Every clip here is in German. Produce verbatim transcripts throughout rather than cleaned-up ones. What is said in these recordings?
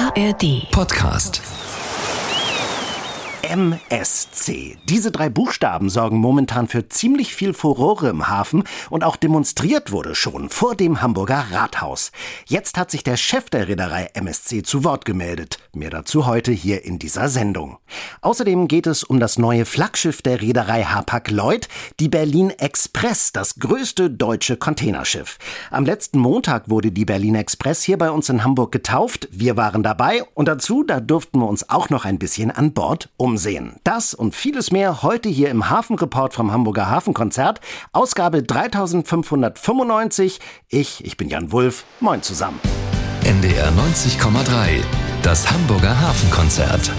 A R D Podcast. M S C. Diese drei Buchstaben sorgen momentan für ziemlich viel Furore im Hafen und auch demonstriert wurde schon vor dem Hamburger Rathaus. Jetzt hat sich der Chef der Reederei M S C zu Wort gemeldet. Mehr dazu heute hier in dieser Sendung. Außerdem geht es um das neue Flaggschiff der Reederei Hapag-Lloyd, die Berlin Express, das größte deutsche Containerschiff. Am letzten Montag wurde die Berlin Express hier bei uns in Hamburg getauft. Wir waren dabei und dazu, da durften wir uns auch noch ein bisschen an Bord umsehen. Das und vieles mehr heute hier im Hafenreport vom Hamburger Hafenkonzert, Ausgabe dreitausendfünfhundertfünfundneunzig. Ich, ich bin Jan Wulff. Moin zusammen. N D R neunzig Komma drei, das Hamburger Hafenkonzert.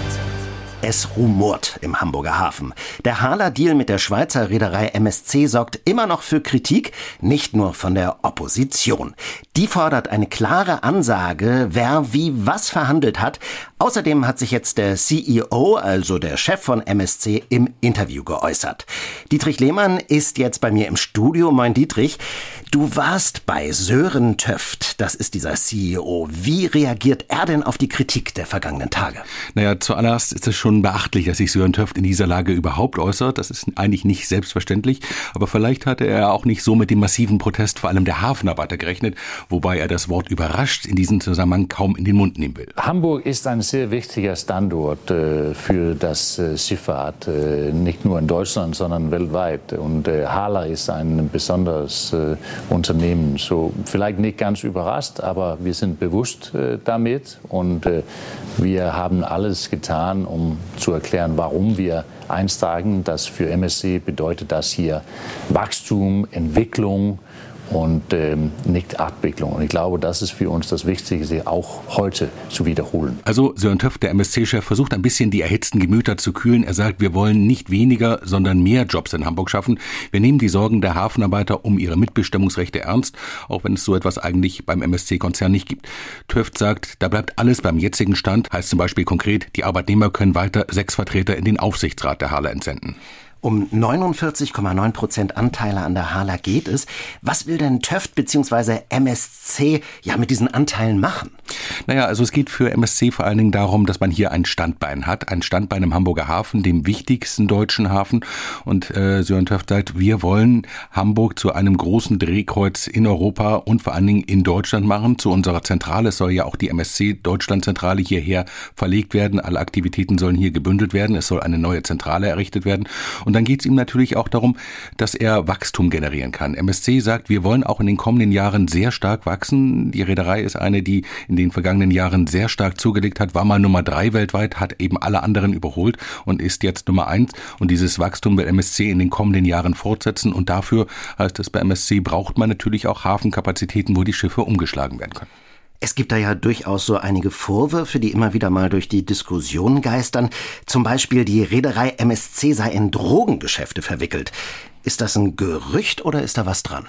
Es rumort im Hamburger Hafen. Der Hala-Deal mit der Schweizer Reederei M S C sorgt immer noch für Kritik, nicht nur von der Opposition. Die fordert eine klare Ansage, wer wie was verhandelt hat. Außerdem hat sich jetzt der C E O, also der Chef von M S C, im Interview geäußert. Dietrich Lehmann ist jetzt bei mir im Studio. Moin Dietrich, du warst bei Sören Töft, das ist dieser C E O. Wie reagiert er denn auf die Kritik der vergangenen Tage? Naja, zuallererst ist es schon beachtlich, dass sich Sören Töft in dieser Lage überhaupt äußert. Das ist eigentlich nicht selbstverständlich, aber vielleicht hatte er auch nicht so mit dem massiven Protest vor allem der Hafenarbeiter gerechnet, wobei er das Wort überrascht in diesem Zusammenhang kaum in den Mund nehmen will. Hamburg ist ein sehr wichtiger Standort äh, für das äh, Schifffahrt, äh, nicht nur in Deutschland, sondern weltweit. Und äh, Hala ist ein besonderes äh, Unternehmen. So vielleicht nicht ganz überrascht, aber wir sind bewusst äh, damit und äh, wir haben alles getan, um zu erklären, warum wir einsteigen. Das für M S C bedeutet das hier Wachstum, Entwicklung und ähm, nicht Abwicklung. Und ich glaube, das ist für uns das Wichtigste, auch heute zu wiederholen. Also Sören Töft, der M S C-Chef, versucht ein bisschen die erhitzten Gemüter zu kühlen. Er sagt, wir wollen nicht weniger, sondern mehr Jobs in Hamburg schaffen. Wir nehmen die Sorgen der Hafenarbeiter um ihre Mitbestimmungsrechte ernst, auch wenn es so etwas eigentlich beim M S C-Konzern nicht gibt. Töft sagt, da bleibt alles beim jetzigen Stand. Heißt zum Beispiel konkret, die Arbeitnehmer können weiter sechs Vertreter in den Aufsichtsrat der Hala entsenden. Um neunundvierzig Komma neun Prozent Anteile an der Hala geht es. Was will denn Töft bzw. M S C ja mit diesen Anteilen machen? Naja, also es geht für M S C vor allen Dingen darum, dass man hier ein Standbein hat. Ein Standbein im Hamburger Hafen, dem wichtigsten deutschen Hafen. Und äh, Sören Töft sagt, wir wollen Hamburg zu einem großen Drehkreuz in Europa und vor allen Dingen in Deutschland machen. Zu unserer Zentrale. Es soll ja auch die M S C-Deutschland-Zentrale hierher verlegt werden. Alle Aktivitäten sollen hier gebündelt werden. Es soll eine neue Zentrale errichtet werden. Und Und dann geht es ihm natürlich auch darum, dass er Wachstum generieren kann. M S C sagt, wir wollen auch in den kommenden Jahren sehr stark wachsen. Die Reederei ist eine, die in den vergangenen Jahren sehr stark zugelegt hat, war mal Nummer drei weltweit, hat eben alle anderen überholt und ist jetzt Nummer eins. Und dieses Wachstum will M S C in den kommenden Jahren fortsetzen. Und dafür, heißt es bei M S C, braucht man natürlich auch Hafenkapazitäten, wo die Schiffe umgeschlagen werden können. Es gibt da ja durchaus so einige Vorwürfe, die immer wieder mal durch die Diskussion geistern. Zum Beispiel, die Reederei M S C sei in Drogengeschäfte verwickelt. Ist das ein Gerücht oder ist da was dran?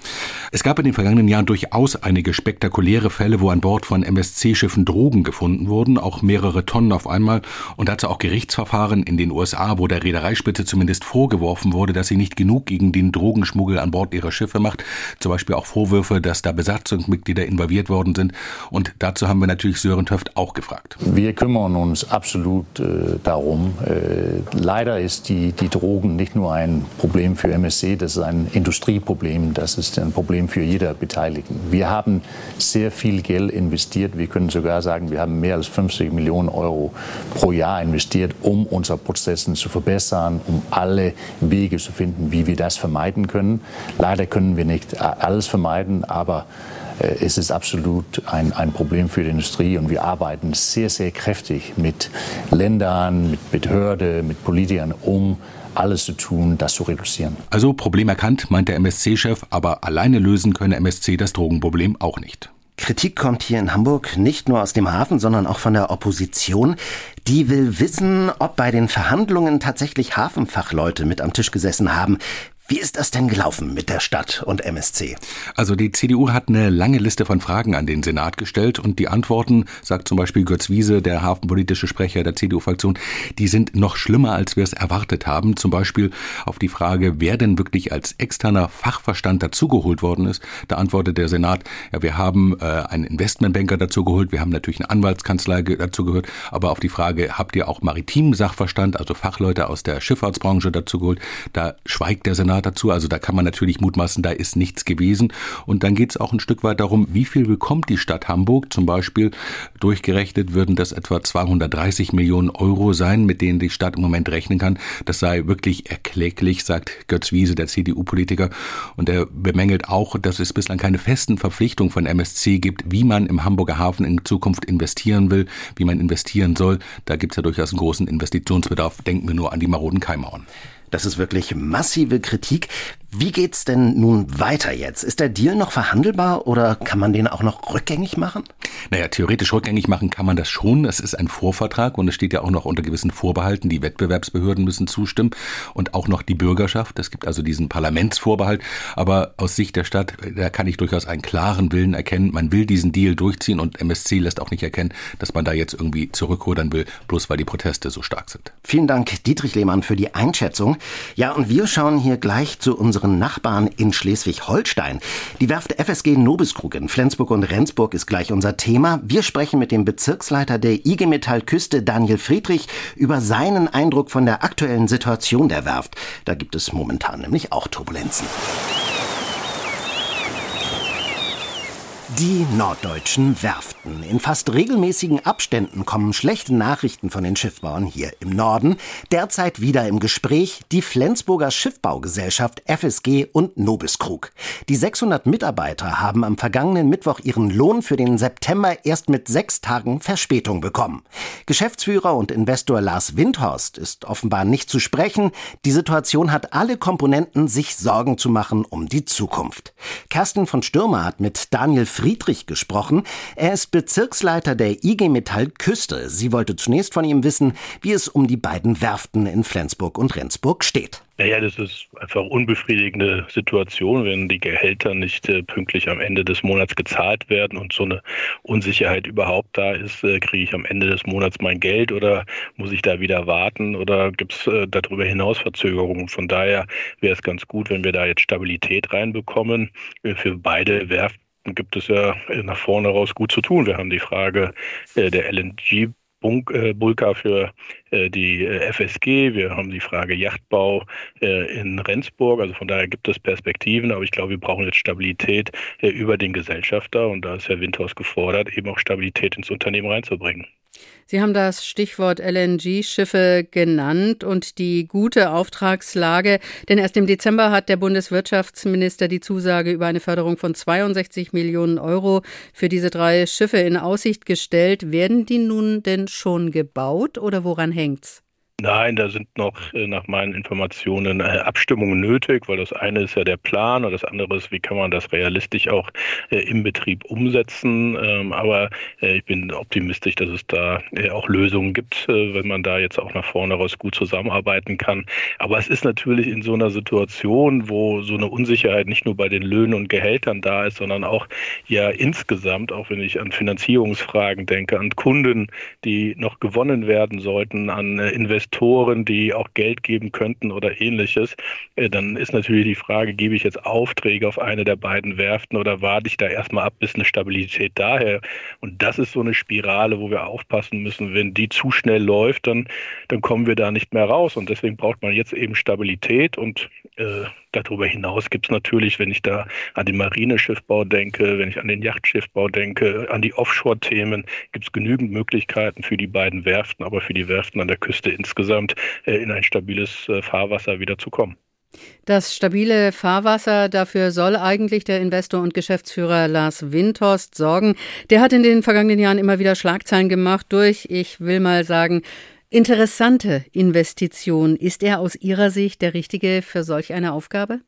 Es gab in den vergangenen Jahren durchaus einige spektakuläre Fälle, wo an Bord von M S C-Schiffen Drogen gefunden wurden, auch mehrere Tonnen auf einmal. Und dazu auch Gerichtsverfahren in den U S A, wo der Reedereispitze zumindest vorgeworfen wurde, dass sie nicht genug gegen den Drogenschmuggel an Bord ihrer Schiffe macht. Zum Beispiel auch Vorwürfe, dass da Besatzungsmitglieder involviert worden sind. Und dazu haben wir natürlich Sören Töft auch gefragt. Wir kümmern uns absolut äh, darum. Äh, leider ist die, die Drogen nicht nur ein Problem für M S C, das ist ein Industrieproblem, das ist ein Problem für jeder Beteiligten. Wir haben sehr viel Geld investiert. Wir können sogar sagen, wir haben mehr als fünfzig Millionen Euro pro Jahr investiert, um unsere Prozesse zu verbessern, um alle Wege zu finden, wie wir das vermeiden können. Leider können wir nicht alles vermeiden, aber es ist absolut ein, ein Problem für die Industrie und wir arbeiten sehr, sehr kräftig mit Ländern, mit Behörden, mit Politikern, um alles zu tun, das zu reduzieren. Also Problem erkannt, meint der M S C-Chef, aber alleine lösen könne M S C das Drogenproblem auch nicht. Kritik kommt hier in Hamburg nicht nur aus dem Hafen, sondern auch von der Opposition. Die will wissen, ob bei den Verhandlungen tatsächlich Hafenfachleute mit am Tisch gesessen haben. Wie ist das denn gelaufen mit der Stadt und M S C? Also die C D U hat eine lange Liste von Fragen an den Senat gestellt und die Antworten, sagt zum Beispiel Götz Wiese, der hafenpolitische Sprecher der C D U-Fraktion, die sind noch schlimmer, als wir es erwartet haben. Zum Beispiel auf die Frage, wer denn wirklich als externer Fachverstand dazugeholt worden ist. Da antwortet der Senat, ja, wir haben äh, einen Investmentbanker dazugeholt, wir haben natürlich eine Anwaltskanzlei dazugehört, aber auf die Frage, habt ihr auch maritimen Sachverstand, also Fachleute aus der Schifffahrtsbranche dazugeholt, da schweigt der Senat dazu, also da kann man natürlich mutmaßen, da ist nichts gewesen. Und dann geht es auch ein Stück weit darum, wie viel bekommt die Stadt Hamburg? Zum Beispiel durchgerechnet würden das etwa zweihundertdreißig Millionen Euro sein, mit denen die Stadt im Moment rechnen kann. Das sei wirklich erkläglich, sagt Götz Wiese, der C D U-Politiker. Und er bemängelt auch, dass es bislang keine festen Verpflichtungen von M S C gibt, wie man im Hamburger Hafen in Zukunft investieren will, wie man investieren soll. Da gibt es ja durchaus einen großen Investitionsbedarf. Denken wir nur an die maroden Kaimauern. Das ist wirklich massive Kritik. Wie geht's denn nun weiter jetzt? Ist der Deal noch verhandelbar oder kann man den auch noch rückgängig machen? Naja, theoretisch rückgängig machen kann man das schon. Es ist ein Vorvertrag und es steht ja auch noch unter gewissen Vorbehalten. Die Wettbewerbsbehörden müssen zustimmen und auch noch die Bürgerschaft. Es gibt also diesen Parlamentsvorbehalt. Aber aus Sicht der Stadt, da kann ich durchaus einen klaren Willen erkennen. Man will diesen Deal durchziehen und M S C lässt auch nicht erkennen, dass man da jetzt irgendwie zurückrudern will, bloß weil die Proteste so stark sind. Vielen Dank, Dietrich Lehmann, für die Einschätzung. Ja, und wir schauen hier gleich zu unseren Nachbarn in Schleswig-Holstein. Die Werft F S G Nobiskrug in Flensburg und Rendsburg ist gleich unser Thema. Wir sprechen mit dem Bezirksleiter der I G Metall Küste, Daniel Friedrich, über seinen Eindruck von der aktuellen Situation der Werft. Da gibt es momentan nämlich auch Turbulenzen. Die norddeutschen Werften. In fast regelmäßigen Abständen kommen schlechte Nachrichten von den Schiffbauern hier im Norden. Derzeit wieder im Gespräch die Flensburger Schiffbaugesellschaft F S G und Nobiskrug. Die sechshundert Mitarbeiter haben am vergangenen Mittwoch ihren Lohn für den September erst mit sechs Tagen Verspätung bekommen. Geschäftsführer und Investor Lars Windhorst ist offenbar nicht zu sprechen. Die Situation hat alle Komponenten, sich Sorgen zu machen um die Zukunft. Kerstin von Stürmer hat mit Daniel Friedrich gesprochen. Er ist Bezirksleiter der I G Metall Küste. Sie wollte zunächst von ihm wissen, wie es um die beiden Werften in Flensburg und Rendsburg steht. Naja, das ist einfach eine unbefriedigende Situation, wenn die Gehälter nicht äh, pünktlich am Ende des Monats gezahlt werden und so eine Unsicherheit überhaupt da ist. Äh, kriege ich am Ende des Monats mein Geld oder muss ich da wieder warten oder gibt es äh, darüber hinaus Verzögerungen? Von daher wäre es ganz gut, wenn wir da jetzt Stabilität reinbekommen. Äh, für beide Werften gibt es ja nach vorne raus gut zu tun. Wir haben die Frage äh, der L N G Bulka für äh, die äh, F S G. Wir haben die Frage Yachtbau äh, in Rendsburg. Also von daher gibt es Perspektiven. Aber ich glaube, wir brauchen jetzt Stabilität äh, über den Gesellschafter. Und da ist Herr Windhorst gefordert, eben auch Stabilität ins Unternehmen reinzubringen. Sie haben das Stichwort L N G-Schiffe genannt und die gute Auftragslage. Denn erst im Dezember hat der Bundeswirtschaftsminister die Zusage über eine Förderung von zweiundsechzig Millionen Euro für diese drei Schiffe in Aussicht gestellt. Werden die nun denn schon gebaut oder woran hängt's? Nein, da sind noch äh, nach meinen Informationen äh, Abstimmungen nötig, weil das eine ist ja der Plan und das andere ist, wie kann man das realistisch auch äh, im Betrieb umsetzen. Ähm, aber äh, ich bin optimistisch, dass es da äh, auch Lösungen gibt, äh, wenn man da jetzt auch nach vorne raus gut zusammenarbeiten kann. Aber es ist natürlich in so einer Situation, wo so eine Unsicherheit nicht nur bei den Löhnen und Gehältern da ist, sondern auch ja insgesamt, auch wenn ich an Finanzierungsfragen denke, an Kunden, die noch gewonnen werden sollten, an äh, Investoren, die auch Geld geben könnten oder ähnliches, dann ist natürlich die Frage, gebe ich jetzt Aufträge auf eine der beiden Werften oder warte ich da erstmal ab, bis eine Stabilität daher? Und das ist so eine Spirale, wo wir aufpassen müssen, wenn die zu schnell läuft, dann, dann kommen wir da nicht mehr raus. Und deswegen braucht man jetzt eben Stabilität und äh, darüber hinaus gibt es natürlich, wenn ich da an den Marineschiffbau denke, wenn ich an den Yachtschiffbau denke, an die Offshore-Themen, gibt es genügend Möglichkeiten für die beiden Werften, aber für die Werften an der Küste insgesamt äh, in ein stabiles äh, Fahrwasser wieder zu kommen. Das stabile Fahrwasser, dafür soll eigentlich der Investor und Geschäftsführer Lars Windhorst sorgen. Der hat in den vergangenen Jahren immer wieder Schlagzeilen gemacht durch, ich will mal sagen, interessante Investitionen. Ist er aus Ihrer Sicht der Richtige für solch eine Aufgabe?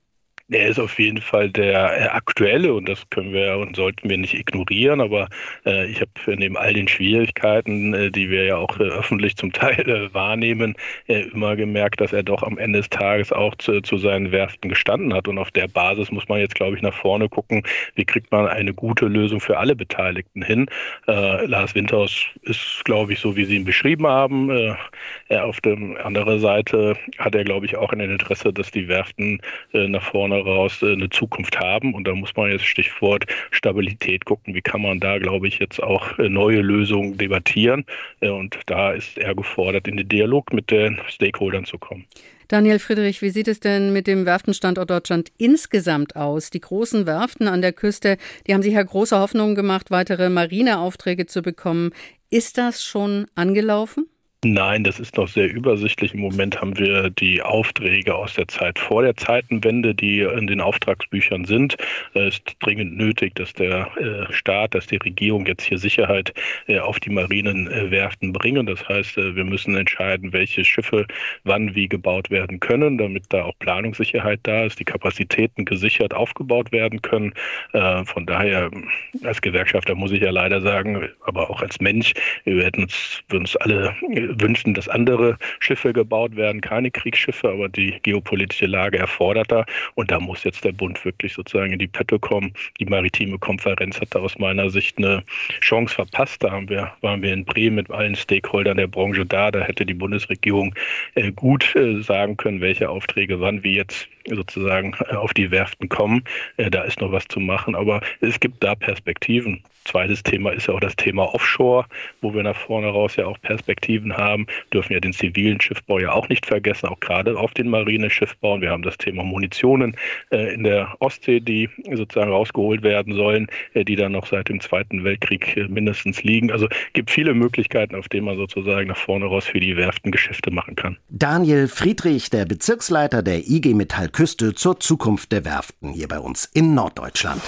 Er ist auf jeden Fall der aktuelle und das können wir und sollten wir nicht ignorieren. Aber äh, ich habe neben all den Schwierigkeiten, äh, die wir ja auch äh, öffentlich zum Teil äh, wahrnehmen, äh, immer gemerkt, dass er doch am Ende des Tages auch zu, zu seinen Werften gestanden hat. Und auf der Basis muss man jetzt, glaube ich, nach vorne gucken, wie kriegt man eine gute Lösung für alle Beteiligten hin. Äh, Lars Winters ist, glaube ich, so wie Sie ihn beschrieben haben. Äh, er auf der anderen Seite hat er, glaube ich, auch ein Interesse, dass die Werften äh, nach vorne raus eine Zukunft haben und da muss man jetzt Stichwort Stabilität gucken, wie kann man da, glaube ich, jetzt auch neue Lösungen debattieren und da ist er gefordert, in den Dialog mit den Stakeholdern zu kommen. Daniel Friedrich, wie sieht es denn mit dem Werftenstandort Deutschland insgesamt aus? Die großen Werften an der Küste, die haben sich ja große Hoffnungen gemacht, weitere Marineaufträge zu bekommen. Ist das schon angelaufen? Nein, das ist noch sehr übersichtlich. Im Moment haben wir die Aufträge aus der Zeit vor der Zeitenwende, die in den Auftragsbüchern sind. Es ist dringend nötig, dass der Staat, dass die Regierung jetzt hier Sicherheit auf die Marinenwerften bringen. Das heißt, wir müssen entscheiden, welche Schiffe wann wie gebaut werden können, damit da auch Planungssicherheit da ist, die Kapazitäten gesichert aufgebaut werden können. Von daher, als Gewerkschafter muss ich ja leider sagen, aber auch als Mensch, wir hätten uns, würden uns alle wünschen, dass andere Schiffe gebaut werden, keine Kriegsschiffe, aber die geopolitische Lage erfordert da und da muss jetzt der Bund wirklich sozusagen in die Pötte kommen. Die maritime Konferenz hat da aus meiner Sicht eine Chance verpasst. Da haben wir, waren wir in Bremen mit allen Stakeholdern der Branche da. Da hätte die Bundesregierung äh, gut äh, sagen können, welche Aufträge wann wie jetzt sozusagen äh, auf die Werften kommen. Äh, da ist noch was zu machen, aber es gibt da Perspektiven. Zweites Thema ist ja auch das Thema Offshore, wo wir nach vorne raus ja auch Perspektiven haben. Dürfen ja den zivilen Schiffbau ja auch nicht vergessen, auch gerade auf den Marineschiffbau. Wir haben das Thema Munitionen äh, in der Ostsee, die sozusagen rausgeholt werden sollen, äh, die dann noch seit dem Zweiten Weltkrieg äh, mindestens liegen. Also gibt viele Möglichkeiten, auf denen man sozusagen nach vorne raus für die Werften Geschäfte machen kann. Daniel Friedrich, der Bezirksleiter der I G Metall Küste zur Zukunft der Werften hier bei uns in Norddeutschland.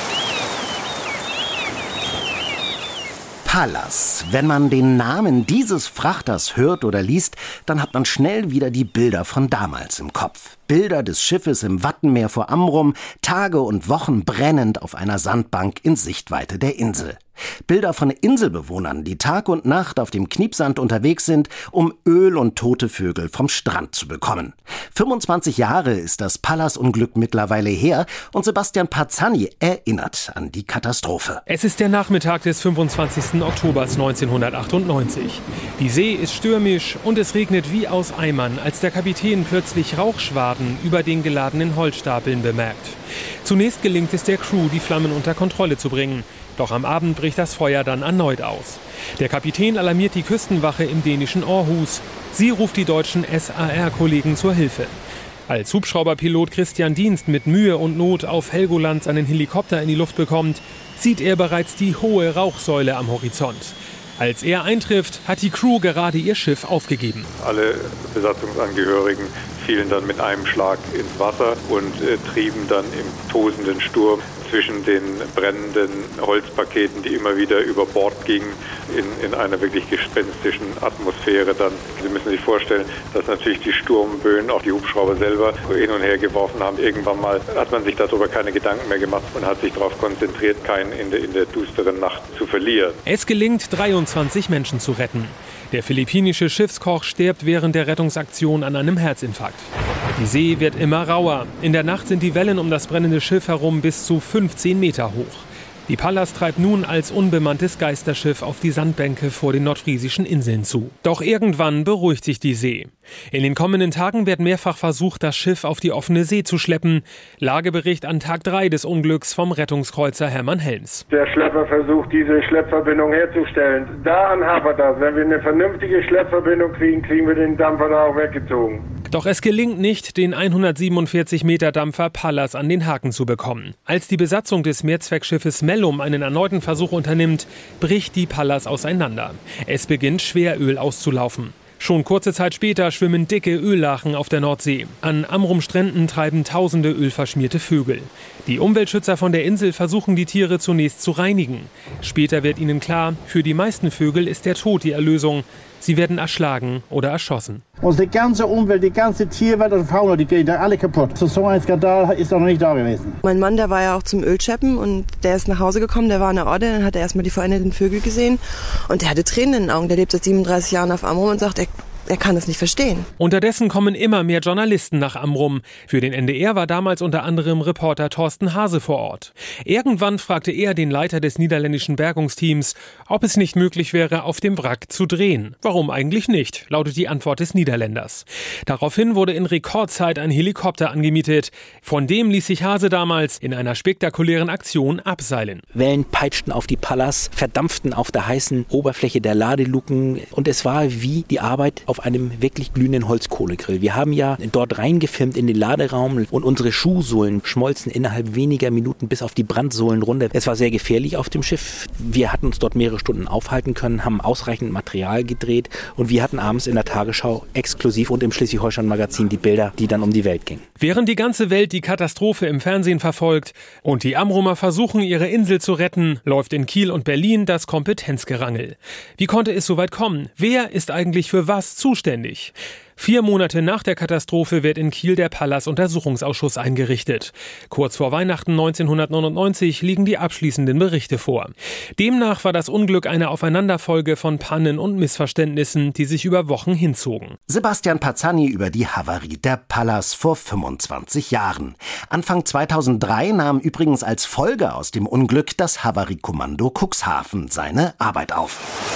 Pallas. Wenn man den Namen dieses Frachters hört oder liest, dann hat man schnell wieder die Bilder von damals im Kopf. Bilder des Schiffes im Wattenmeer vor Amrum, Tage und Wochen brennend auf einer Sandbank in Sichtweite der Insel. Bilder von Inselbewohnern, die Tag und Nacht auf dem Kniepsand unterwegs sind, um Öl und tote Vögel vom Strand zu bekommen. fünfundzwanzig Jahre ist das Pallas-Unglück mittlerweile her und Sebastian Parzani erinnert an die Katastrophe. Es ist der Nachmittag des fünfundzwanzigsten Oktober neunzehnhundertachtundneunzig. Die See ist stürmisch und es regnet wie aus Eimern, als der Kapitän plötzlich Rauchschwaden über den geladenen Holzstapeln bemerkt. Zunächst gelingt es der Crew, die Flammen unter Kontrolle zu bringen. Doch am Abend bricht das Feuer dann erneut aus. Der Kapitän alarmiert die Küstenwache im dänischen Aarhus. Sie ruft die deutschen S A R-Kollegen zur Hilfe. Als Hubschrauberpilot Christian Dienst mit Mühe und Not auf Helgoland seinen Helikopter in die Luft bekommt, sieht er bereits die hohe Rauchsäule am Horizont. Als er eintrifft, hat die Crew gerade ihr Schiff aufgegeben. Alle Besatzungsangehörigen fielen dann mit einem Schlag ins Wasser und äh, trieben dann im tosenden Sturm zwischen den brennenden Holzpaketen, die immer wieder über Bord gingen, in, in einer wirklich gespenstischen Atmosphäre dann. Sie müssen sich vorstellen, dass natürlich die Sturmböen, auch die Hubschrauber selber, hin und her geworfen haben. Irgendwann mal hat man sich darüber keine Gedanken mehr gemacht und hat sich darauf konzentriert, keinen in der, in der düsteren Nacht zu verlieren. Es gelingt, dreiundzwanzig Menschen zu retten. Der philippinische Schiffskoch stirbt während der Rettungsaktion an einem Herzinfarkt. Die See wird immer rauer. In der Nacht sind die Wellen um das brennende Schiff herum bis zu fünfzehn Meter hoch. Die Pallas treibt nun als unbemanntes Geisterschiff auf die Sandbänke vor den nordfriesischen Inseln zu. Doch irgendwann beruhigt sich die See. In den kommenden Tagen wird mehrfach versucht, das Schiff auf die offene See zu schleppen. Lagebericht an Tag drei des Unglücks vom Rettungskreuzer Hermann Helms. Der Schlepper versucht, diese Schleppverbindung herzustellen. Daran hapert das. Wenn wir eine vernünftige Schleppverbindung kriegen, kriegen wir den Dampfer da auch weggezogen. Doch es gelingt nicht, den hundertsiebenundvierzig Meter Dampfer Pallas an den Haken zu bekommen. Als die Besatzung des Mehrzweckschiffes Mellum einen erneuten Versuch unternimmt, bricht die Pallas auseinander. Es beginnt Schweröl auszulaufen. Schon kurze Zeit später schwimmen dicke Öllachen auf der Nordsee. An Amrum-Stränden treiben tausende ölverschmierte Vögel. Die Umweltschützer von der Insel versuchen, die Tiere zunächst zu reinigen. Später wird ihnen klar, für die meisten Vögel ist der Tod die Erlösung. Sie werden erschlagen oder erschossen. Unsere ganze Umwelt, die ganze Tierwelt und Fauna, die geht da alle kaputt. So ein Skandal ist doch noch nicht da gewesen. Mein Mann, der war ja auch zum Ölscheppen und der ist nach Hause gekommen, der war an der Orte, dann hat er erstmal die verendeten Vögel gesehen und der hatte Tränen in den Augen. Der lebt seit siebenunddreißig Jahren auf Amrum und sagt, er Er kann es nicht verstehen. Unterdessen kommen immer mehr Journalisten nach Amrum. Für den N D R war damals unter anderem Reporter Thorsten Hase vor Ort. Irgendwann fragte er den Leiter des niederländischen Bergungsteams, ob es nicht möglich wäre, auf dem Wrack zu drehen. Warum eigentlich nicht, lautet die Antwort des Niederländers. Daraufhin wurde in Rekordzeit ein Helikopter angemietet. Von dem ließ sich Hase damals in einer spektakulären Aktion abseilen. Wellen peitschten auf die Pallas, verdampften auf der heißen Oberfläche der Ladeluken und es war wie die Arbeit auf einem wirklich glühenden Holzkohlegrill. Wir haben ja dort reingefilmt in den Laderaum und unsere Schuhsohlen schmolzen innerhalb weniger Minuten bis auf die Brandsohlen runter. Es war sehr gefährlich auf dem Schiff. Wir hatten uns dort mehrere Stunden aufhalten können, haben ausreichend Material gedreht und wir hatten abends in der Tagesschau exklusiv und im Schleswig-Holstein-Magazin die Bilder, die dann um die Welt gingen. Während die ganze Welt die Katastrophe im Fernsehen verfolgt und die Amrumer versuchen, ihre Insel zu retten, läuft in Kiel und Berlin das Kompetenzgerangel. Wie konnte es so weit kommen? Wer ist eigentlich für was zuständig? Vier Monate nach der Katastrophe wird in Kiel der Pallas-Untersuchungsausschuss eingerichtet. Kurz vor Weihnachten neunzehnhundertneunundneunzig liegen die abschließenden Berichte vor. Demnach war das Unglück eine Aufeinanderfolge von Pannen und Missverständnissen, die sich über Wochen hinzogen. Sebastian Pazzani über die Havarie der Pallas vor fünfundzwanzig Jahren. Anfang zweitausenddrei nahm übrigens als Folge aus dem Unglück das Havariekommando Cuxhaven seine Arbeit auf.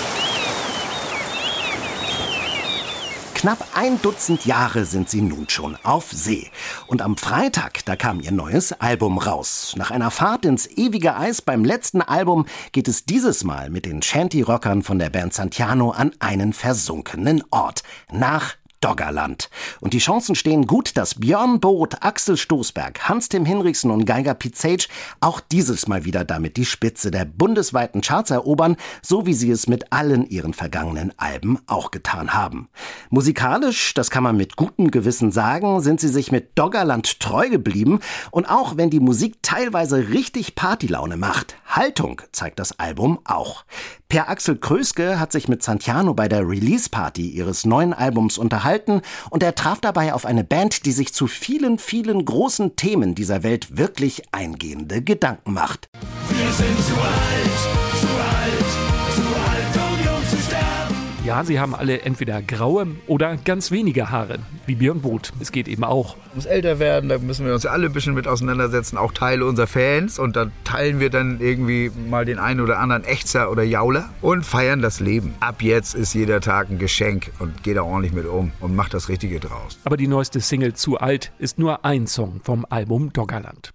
Knapp ein Dutzend Jahre sind sie nun schon auf See. Und am Freitag, da kam ihr neues Album raus. Nach einer Fahrt ins ewige Eis beim letzten Album geht es dieses Mal mit den Shanty-Rockern von der Band Santiano an einen versunkenen Ort. Nach Doggerland. Und die Chancen stehen gut, dass Björn Both, Axel Stoßberg, Hans-Tim Hinrichsen und Geiger Pete Sage auch dieses Mal wieder damit die Spitze der bundesweiten Charts erobern, so wie sie es mit allen ihren vergangenen Alben auch getan haben. Musikalisch, das kann man mit gutem Gewissen sagen, sind sie sich mit Doggerland treu geblieben und auch wenn die Musik teilweise richtig Partylaune macht, Haltung zeigt das Album auch. Per Axel Kröske hat sich mit Santiano bei der Release-Party ihres neuen Albums unterhalten und er traf dabei auf eine Band, die sich zu vielen, vielen großen Themen dieser Welt wirklich eingehende Gedanken macht. Wir sind zu alt, zu alt, zu alt, um jung zu sterben. Ja, sie haben alle entweder graue oder ganz wenige Haare, wie Björn Both. Es geht eben auch. Muss älter werden, da müssen wir uns ja alle ein bisschen mit auseinandersetzen, auch Teile unserer Fans. Und da teilen wir dann irgendwie mal den einen oder anderen Ächzer oder Jauler und feiern das Leben. Ab jetzt ist jeder Tag ein Geschenk und geht da ordentlich mit um und macht das Richtige draus. Aber die neueste Single Zu alt ist nur ein Song vom Album Doggerland.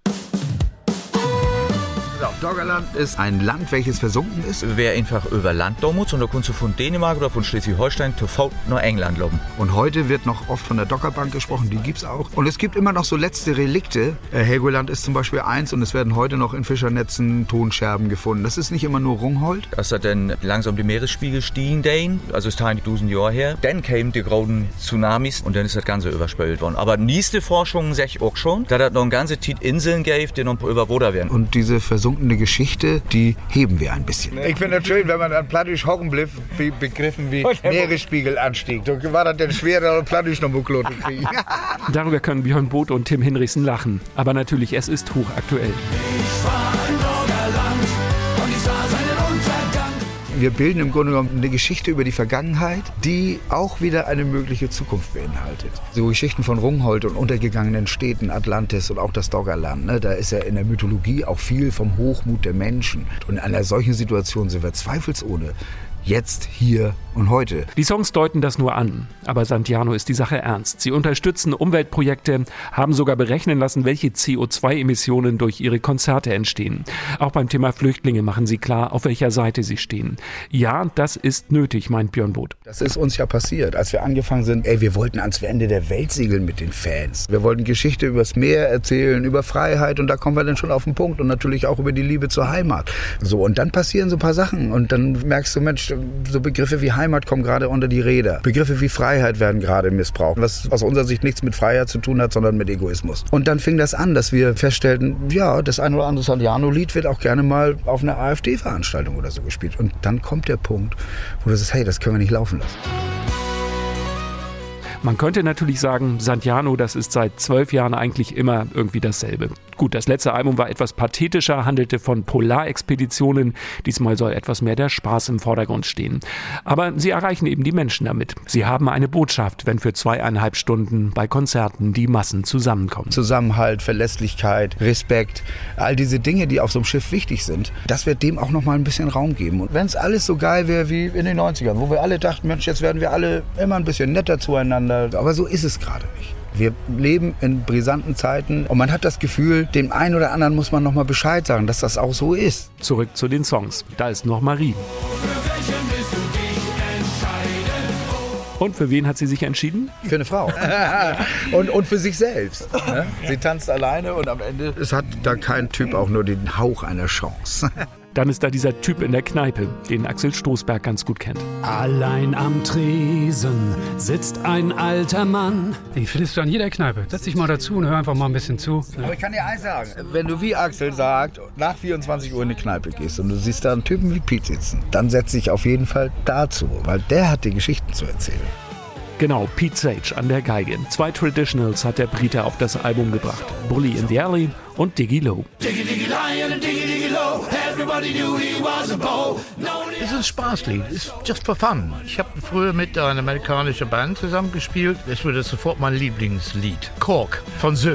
Doggerland ist ein Land, welches versunken ist. Wer einfach über Land da muss und da kannst du von Dänemark oder von Schleswig-Holstein zu Fuß nach England laufen. Und heute wird noch oft von der Dockerbank gesprochen, die gibt's auch. Und es gibt immer noch so letzte Relikte. Helgoland ist zum Beispiel eins und es werden heute noch in Fischernetzen Tonscherben gefunden. Das ist nicht immer nur Rungholt. Als er dann langsam die Meeresspiegel stiegen, den, also es ist tausend Jahre her, dann kamen die großen Tsunamis und dann ist das Ganze überspült worden. Aber nächste Forschung sehe ich auch schon, dass es noch ein ganze Zeit Inseln gibt, die noch überwunder werden. Und diese versunkene Geschichte, die heben wir ein bisschen. Ich finde das schön, wenn man an Plattisch hocken bleibt, Begriffen wie Meeresspiegelanstieg. Da war das denn schwerer, Plattisch noch mal klar zu kriegen. Darüber können Björn Both und Tim Hinrichsen lachen. Aber natürlich, es ist hochaktuell. Ich war in Doggerland und ich sah seinen Untergang. Wir bilden im Grunde genommen eine Geschichte über die Vergangenheit, die auch wieder eine mögliche Zukunft beinhaltet. So Geschichten von Rungholt und untergegangenen Städten, Atlantis und auch das Doggerland. Ne? Da ist ja in der Mythologie auch viel vom Hochmut der Menschen. Und in einer solchen Situation sind wir zweifelsohne jetzt, hier und heute. Die Songs deuten das nur an. Aber Santiano ist die Sache ernst. Sie unterstützen Umweltprojekte, haben sogar berechnen lassen, welche C O zwei Emissionen durch ihre Konzerte entstehen. Auch beim Thema Flüchtlinge machen sie klar, auf welcher Seite sie stehen. Ja, das ist nötig, meint Björn Both. Das ist uns ja passiert, als wir angefangen sind. Ey, wir wollten ans Ende der Welt segeln mit den Fans. Wir wollten Geschichte übers Meer erzählen, über Freiheit und da kommen wir dann schon auf den Punkt und natürlich auch über die Liebe zur Heimat. So, und dann passieren so ein paar Sachen und dann merkst du, Mensch, falsch. So Begriffe wie Heimat kommen gerade unter die Räder. Begriffe wie Freiheit werden gerade missbraucht, was aus unserer Sicht nichts mit Freiheit zu tun hat, sondern mit Egoismus. Und dann fing das an, dass wir feststellten, ja, das ein oder andere Santiano-Lied wird auch gerne mal auf einer AfD-Veranstaltung oder so gespielt. Und dann kommt der Punkt, wo du sagst, hey, das können wir nicht laufen lassen. Man könnte natürlich sagen, Santiano, das ist seit zwölf Jahren eigentlich immer irgendwie dasselbe. Gut, das letzte Album war etwas pathetischer, handelte von Polarexpeditionen. Diesmal soll etwas mehr der Spaß im Vordergrund stehen. Aber sie erreichen eben die Menschen damit. Sie haben eine Botschaft, wenn für zweieinhalb Stunden bei Konzerten die Massen zusammenkommen. Zusammenhalt, Verlässlichkeit, Respekt, all diese Dinge, die auf so einem Schiff wichtig sind, das wird dem auch noch mal ein bisschen Raum geben. Und wenn es alles so geil wäre wie in den neunzigern, wo wir alle dachten, Mensch, jetzt werden wir alle immer ein bisschen netter zueinander. Aber so ist es gerade nicht. Wir leben in brisanten Zeiten und man hat das Gefühl, dem einen oder anderen muss man noch mal Bescheid sagen, dass das auch so ist. Zurück zu den Songs. Da ist noch Marie. Und für wen hat sie sich entschieden? Für eine Frau. und, und für sich selbst. Ne? Sie tanzt alleine und am Ende es hat da kein Typ auch nur den Hauch einer Chance. Dann ist da dieser Typ in der Kneipe, den Axel Stoßberg ganz gut kennt. Allein am Tresen sitzt ein alter Mann. Die findest du an jeder Kneipe. Setz dich mal dazu und hör einfach mal ein bisschen zu. Aber ich kann dir eins sagen. Wenn du wie Axel sagt, nach vierundzwanzig Uhr in die Kneipe gehst und du siehst da einen Typen wie Pete sitzen, dann setz dich auf jeden Fall dazu, weil der hat dir Geschichten zu erzählen. Genau, Pete Sage an der Geige. Zwei Traditionals hat der Brite auf das Album gebracht. Bully in the Alley und Diggy Low. Diggy, diggy, lion, diggy, diggy, low. Everybody knew he was a beau. Es ist ein Spaßlied, es ist just for fun. Ich habe früher mit einer amerikanischen Band zusammengespielt. Es wurde sofort mein Lieblingslied. Cork von Söhn.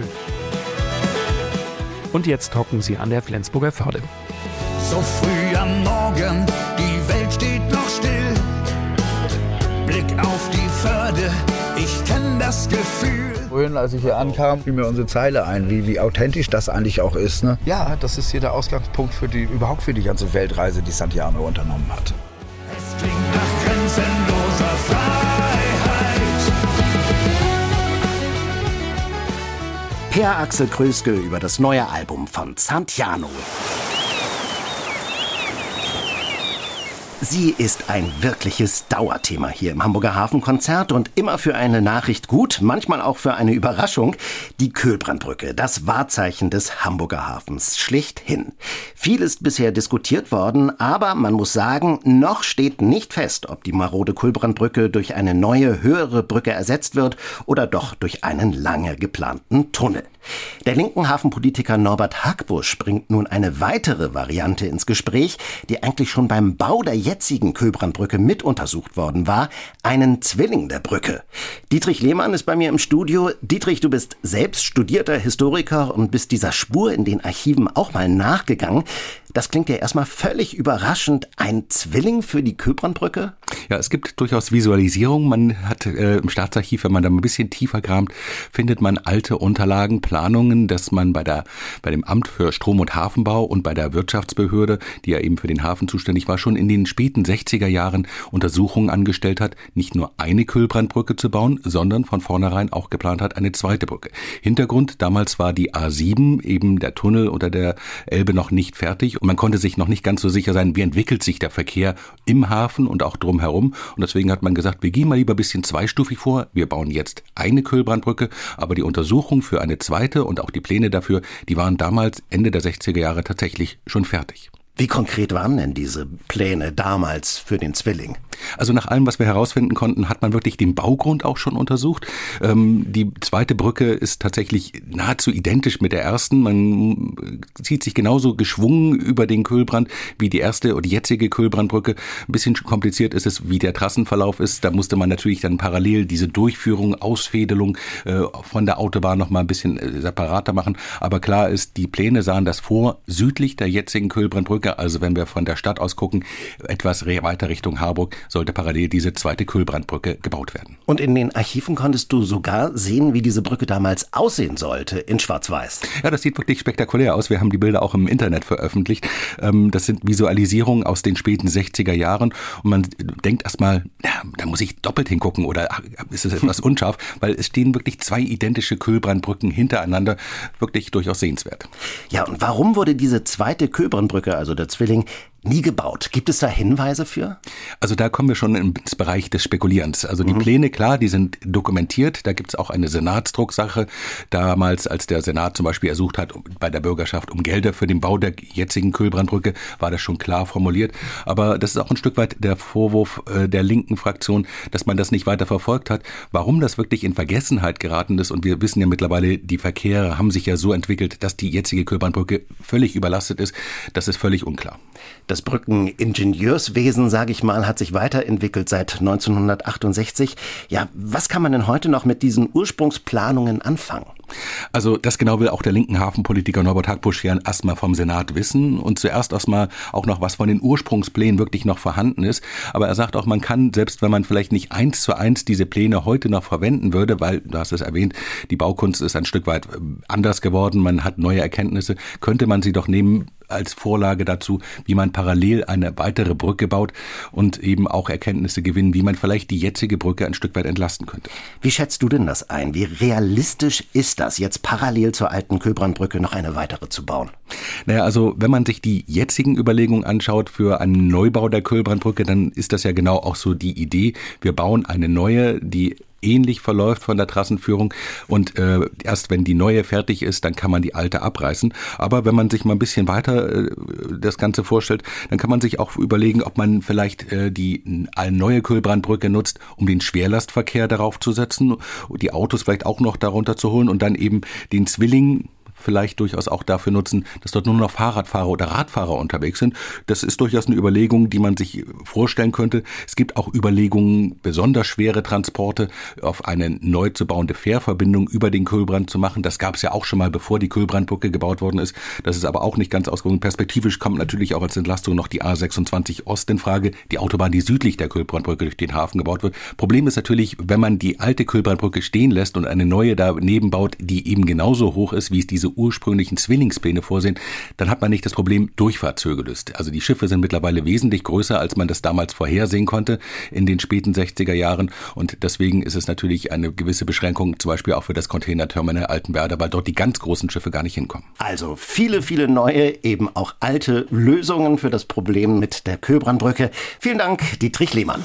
Und jetzt hocken sie an der Flensburger Förde. So früh am Morgen, die Welt steht noch still. Blick auf die Förde, ich kenn das Gefühl. Vorhin, als ich hier ankam, fiel mir unsere Zeile ein, wie, wie authentisch das eigentlich auch ist. Ne? Ja, das ist hier der Ausgangspunkt für die, überhaupt für die ganze Weltreise, die Santiano unternommen hat. Es klingt nach grenzenloser Freiheit. Per Axel Kröske über das neue Album von Santiano. Sie ist ein wirkliches Dauerthema hier im Hamburger Hafenkonzert und immer für eine Nachricht gut, manchmal auch für eine Überraschung. Die Köhlbrandbrücke, das Wahrzeichen des Hamburger Hafens, schlichthin. Viel ist bisher diskutiert worden, aber man muss sagen, noch steht nicht fest, ob die marode Köhlbrandbrücke durch eine neue, höhere Brücke ersetzt wird oder doch durch einen lange geplanten Tunnel. Der linken Hafenpolitiker Norbert Hackbusch bringt nun eine weitere Variante ins Gespräch, die eigentlich schon beim Bau der jetzigen Köhlbrandbrücke mit untersucht worden war, einen Zwilling der Brücke. Dietrich Lehmann ist bei mir im Studio. Dietrich, du bist selbst studierter Historiker und bist dieser Spur in den Archiven auch mal nachgegangen. Das klingt ja erstmal völlig überraschend. Ein Zwilling für die Köhlbrandbrücke? Ja, es gibt durchaus Visualisierungen. Man hat äh, im Staatsarchiv, wenn man da ein bisschen tiefer kramt, findet man alte Unterlagen, Planungen, dass man bei der bei dem Amt für Strom- und Hafenbau und bei der Wirtschaftsbehörde, die ja eben für den Hafen zuständig war, schon in den späten sechziger Jahren Untersuchungen angestellt hat, nicht nur eine Köhlbrandbrücke zu bauen, sondern von vornherein auch geplant hat, eine zweite Brücke. Hintergrund, damals war die A sieben, eben der Tunnel unter der Elbe, noch nicht fertig und man konnte sich noch nicht ganz so sicher sein, wie entwickelt sich der Verkehr im Hafen und auch drumherum. Und deswegen hat man gesagt, wir gehen mal lieber ein bisschen zweistufig vor. Wir bauen jetzt eine Köhlbrandbrücke, aber die Untersuchung für eine zweite und auch die Pläne dafür, die waren damals Ende der sechziger Jahre tatsächlich schon fertig. Wie konkret waren denn diese Pläne damals für den Zwilling? Also nach allem, was wir herausfinden konnten, hat man wirklich den Baugrund auch schon untersucht. Ähm, die zweite Brücke ist tatsächlich nahezu identisch mit der ersten. Man zieht sich genauso geschwungen über den Köhlbrand wie die erste und die jetzige Köhlbrandbrücke. Ein bisschen kompliziert ist es, wie der Trassenverlauf ist. Da musste man natürlich dann parallel diese Durchführung, Ausfädelung äh, von der Autobahn noch mal ein bisschen äh, separater machen. Aber klar ist, die Pläne sahen das vor, südlich der jetzigen Köhlbrandbrücke. Also wenn wir von der Stadt aus gucken, etwas weiter Richtung Harburg, sollte parallel diese zweite Köhlbrandbrücke gebaut werden. Und in den Archiven konntest du sogar sehen, wie diese Brücke damals aussehen sollte, in Schwarz-Weiß. Ja, das sieht wirklich spektakulär aus. Wir haben die Bilder auch im Internet veröffentlicht. Das sind Visualisierungen aus den späten sechziger Jahren. Und man denkt erstmal, ja, da muss ich doppelt hingucken oder ach, ist es etwas unscharf, weil es stehen wirklich zwei identische Köhlbrandbrücken hintereinander. Wirklich durchaus sehenswert. Ja, und warum wurde diese zweite Köhlbrandbrücke, also der Zwilling, nie gebaut. Gibt es da Hinweise für? Also da kommen wir schon ins Bereich des Spekulierens. Also die mhm. Pläne, klar, die sind dokumentiert. Da gibt es auch eine Senatsdrucksache. Damals, als der Senat zum Beispiel ersucht hat bei der Bürgerschaft um Gelder für den Bau der jetzigen Kühlbrandbrücke, war das schon klar formuliert. Aber das ist auch ein Stück weit der Vorwurf äh, der linken Fraktion, dass man das nicht weiter verfolgt hat. Warum das wirklich in Vergessenheit geraten ist, und wir wissen ja mittlerweile, die Verkehre haben sich ja so entwickelt, dass die jetzige Kühlbrandbrücke völlig überlastet ist, das ist völlig unklar. Das Brückeningenieurswesen, sage ich mal, hat sich weiterentwickelt seit neunzehnhundertachtundsechzig. Ja, was kann man denn heute noch mit diesen Ursprungsplanungen anfangen? Also das genau will auch der linken Hafenpolitiker Norbert Hackbusch erstmal vom Senat wissen und zuerst erstmal auch noch, was von den Ursprungsplänen wirklich noch vorhanden ist. Aber er sagt auch, man kann, selbst wenn man vielleicht nicht eins zu eins diese Pläne heute noch verwenden würde, weil, du hast es erwähnt, die Baukunst ist ein Stück weit anders geworden, man hat neue Erkenntnisse, könnte man sie doch nehmen als Vorlage dazu, wie man parallel eine weitere Brücke baut und eben auch Erkenntnisse gewinnen, wie man vielleicht die jetzige Brücke ein Stück weit entlasten könnte. Wie schätzt du denn das ein? Wie realistisch ist das, jetzt parallel zur alten Kühlbrandbrücke noch eine weitere zu bauen? Naja, also wenn man sich die jetzigen Überlegungen anschaut für einen Neubau der Kühlbrandbrücke, dann ist das ja genau auch so die Idee. Wir bauen eine neue, die ähnlich verläuft von der Trassenführung und äh, erst wenn die neue fertig ist, dann kann man die alte abreißen. Aber wenn man sich mal ein bisschen weiter äh, das Ganze vorstellt, dann kann man sich auch überlegen, ob man vielleicht äh, die eine neue Kühlbrandbrücke nutzt, um den Schwerlastverkehr darauf zu setzen, die Autos vielleicht auch noch darunter zu holen und dann eben den Zwilling vielleicht durchaus auch dafür nutzen, dass dort nur noch Fahrradfahrer oder Radfahrer unterwegs sind. Das ist durchaus eine Überlegung, die man sich vorstellen könnte. Es gibt auch Überlegungen, besonders schwere Transporte auf eine neu zu bauende Fährverbindung über den Kühlbrand zu machen. Das gab es ja auch schon mal, bevor die Kühlbrandbrücke gebaut worden ist. Das ist aber auch nicht ganz ausgewogen. Perspektivisch kommt natürlich auch als Entlastung noch die A sechsundzwanzig Ost in Frage, die Autobahn, die südlich der Kühlbrandbrücke durch den Hafen gebaut wird. Problem ist natürlich, wenn man die alte Kühlbrandbrücke stehen lässt und eine neue daneben baut, die eben genauso hoch ist, wie es diese ursprünglichen Zwillingspläne vorsehen, dann hat man nicht das Problem Durchfahrtshöhe gelöst. Also die Schiffe sind mittlerweile wesentlich größer, als man das damals vorhersehen konnte in den späten sechziger Jahren und deswegen ist es natürlich eine gewisse Beschränkung, zum Beispiel auch für das Containerterminal Altenwerder, weil dort die ganz großen Schiffe gar nicht hinkommen. Also viele, viele neue, eben auch alte Lösungen für das Problem mit der Kühlbrandbrücke. Vielen Dank, Dietrich Lehmann.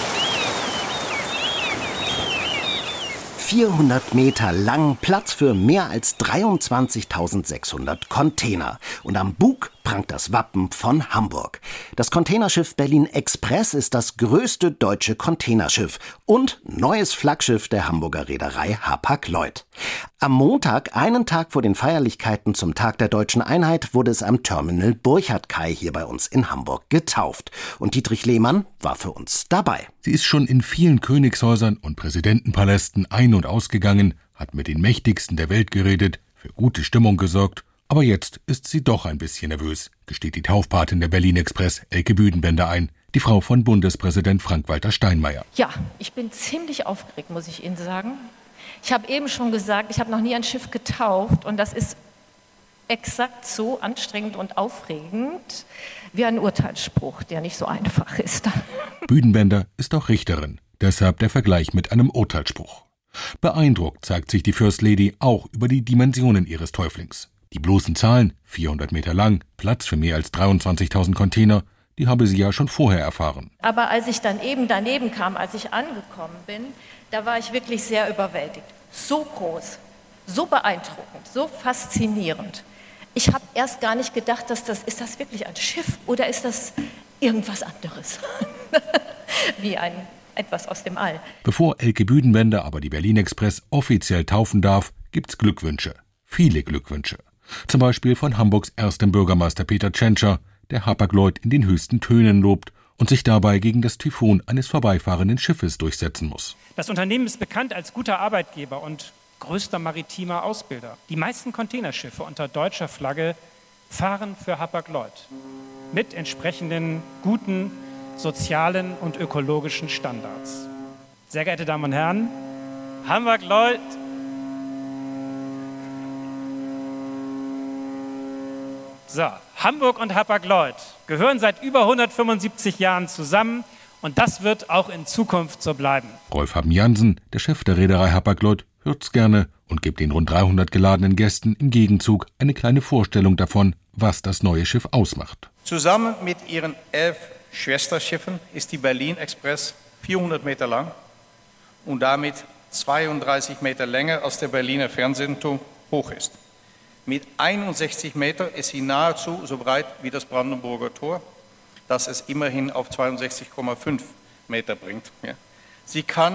vierhundert Meter lang, Platz für mehr als dreiundzwanzigtausendsechshundert Container. Und am Bug prangt das Wappen von Hamburg. Das Containerschiff Berlin Express ist das größte deutsche Containerschiff und neues Flaggschiff der Hamburger Reederei Hapag-Lloyd. Am Montag, einen Tag vor den Feierlichkeiten zum Tag der Deutschen Einheit, wurde es am Terminal Burchardkai hier bei uns in Hamburg getauft. Und Dietrich Lehmann war für uns dabei. Sie ist schon in vielen Königshäusern und Präsidentenpalästen ein- und ausgegangen, hat mit den Mächtigsten der Welt geredet, für gute Stimmung gesorgt. Aber jetzt ist sie doch ein bisschen nervös, gesteht die Taufpatin der Berlin Express, Elke Büdenbender, ein, die Frau von Bundespräsident Frank-Walter Steinmeier. Ja, ich bin ziemlich aufgeregt, muss ich Ihnen sagen. Ich habe eben schon gesagt, ich habe noch nie ein Schiff getauft und das ist exakt so anstrengend und aufregend wie ein Urteilsspruch, der nicht so einfach ist. Büdenbender ist auch Richterin, deshalb der Vergleich mit einem Urteilsspruch. Beeindruckt zeigt sich die First Lady auch über die Dimensionen ihres Täuflings. Die bloßen Zahlen, vierhundert Meter lang, Platz für mehr als dreiundzwanzigtausend Container, die habe sie ja schon vorher erfahren. Aber als ich dann eben daneben kam, als ich angekommen bin, da war ich wirklich sehr überwältigt. So groß, so beeindruckend, so faszinierend. Ich habe erst gar nicht gedacht, dass das, ist das wirklich ein Schiff oder ist das irgendwas anderes? Wie ein etwas aus dem All. Bevor Elke Büdenbender aber die Berlin Express offiziell taufen darf, gibt's Glückwünsche. Viele Glückwünsche. Zum Beispiel von Hamburgs erstem Bürgermeister Peter Tschentscher, der Hapag-Lloyd in den höchsten Tönen lobt und sich dabei gegen das Typhon eines vorbeifahrenden Schiffes durchsetzen muss. Das Unternehmen ist bekannt als guter Arbeitgeber und größter maritimer Ausbilder. Die meisten Containerschiffe unter deutscher Flagge fahren für Hapag-Lloyd mit entsprechenden guten sozialen und ökologischen Standards. Sehr geehrte Damen und Herren, Hapag-Lloyd So, Hamburg und Hapag-Lloyd gehören seit über hundertfünfundsiebzig Jahren zusammen und das wird auch in Zukunft so bleiben. Rolf Haben-Jansen, der Chef der Reederei Hapag-Lloyd, hört's gerne und gibt den rund dreihundert geladenen Gästen im Gegenzug eine kleine Vorstellung davon, was das neue Schiff ausmacht. Zusammen mit ihren elf Schwesterschiffen ist die Berlin Express vierhundert Meter lang und damit zweiunddreißig Meter länger als der Berliner Fernsehturm hoch ist. Mit einundsechzig Meter ist sie nahezu so breit wie das Brandenburger Tor, das es immerhin auf zweiundsechzig Komma fünf Meter bringt. Ja. Sie kann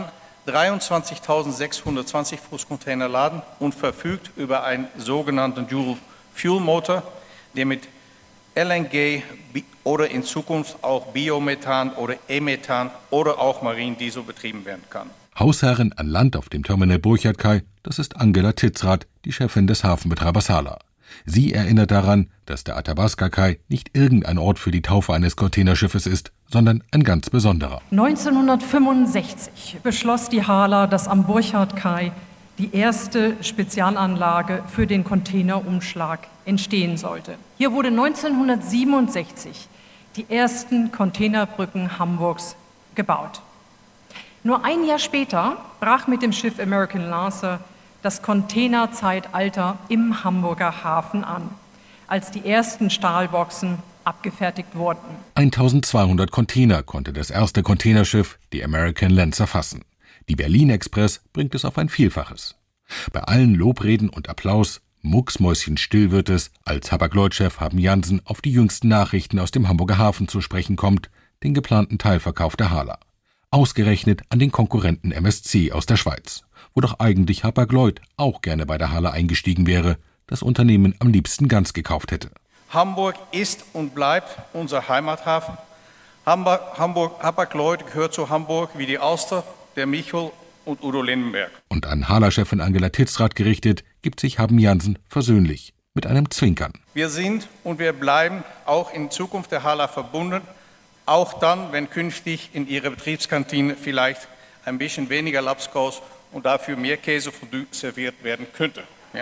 dreiundzwanzigtausendsechshundertzwanzig Fußcontainer laden und verfügt über einen sogenannten Dual-Fuel-Motor, der mit L N G oder in Zukunft auch Biomethan oder E-Methan oder auch Marinediesel betrieben werden kann. Hausherrin an Land auf dem Terminal Burchardkai, das ist Angela Titzrath, die Chefin des Hafenbetreibers Hala. Sie erinnert daran, dass der Athabasca-Kai nicht irgendein Ort für die Taufe eines Containerschiffes ist, sondern ein ganz besonderer. neunzehnhundertfünfundsechzig beschloss die Hala, dass am Burchardkai die erste Spezialanlage für den Containerumschlag entstehen sollte. Hier wurde neunzehnhundertsiebenundsechzig die ersten Containerbrücken Hamburgs gebaut. Nur ein Jahr später brach mit dem Schiff American Lancer das Containerzeitalter im Hamburger Hafen an, als die ersten Stahlboxen abgefertigt wurden. eintausendzweihundert Container konnte das erste Containerschiff, die American Lancer, fassen. Die Berlin Express bringt es auf ein Vielfaches. Bei allen Lobreden und Applaus, mucksmäuschenstill wird es, als Hapag-Lloyd-Chef Haben Jansen auf die jüngsten Nachrichten aus dem Hamburger Hafen zu sprechen kommt, den geplanten Teilverkauf der Hala. Ausgerechnet an den Konkurrenten M S C aus der Schweiz, wo doch eigentlich Hapag-Lloyd auch gerne bei der Hala eingestiegen wäre, das Unternehmen am liebsten ganz gekauft hätte. Hamburg ist und bleibt unser Heimathafen. Hamburg, Hamburg Hapag-Lloyd gehört zu Hamburg wie die Alster, der Michel und Udo Lindenberg. Und an Hala-Chefin Angela Titzrath gerichtet, gibt sich Haben Jansen versöhnlich mit einem Zwinkern. Wir sind und wir bleiben auch in Zukunft der Hala verbunden, auch dann, wenn künftig in ihrer Betriebskantine vielleicht ein bisschen weniger Lapskaus und dafür mehr Käsefondue serviert werden könnte. Ja.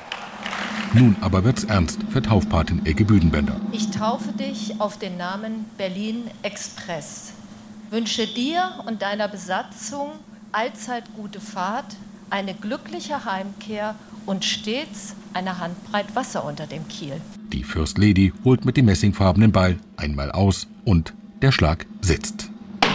Nun aber wird's ernst für Taufpatin Elke Büdenbender. Ich taufe dich auf den Namen Berlin Express. Wünsche dir und deiner Besatzung allzeit gute Fahrt, eine glückliche Heimkehr und stets eine Handbreit Wasser unter dem Kiel. Die First Lady holt mit dem messingfarbenen Ball einmal aus und der Schlag sitzt.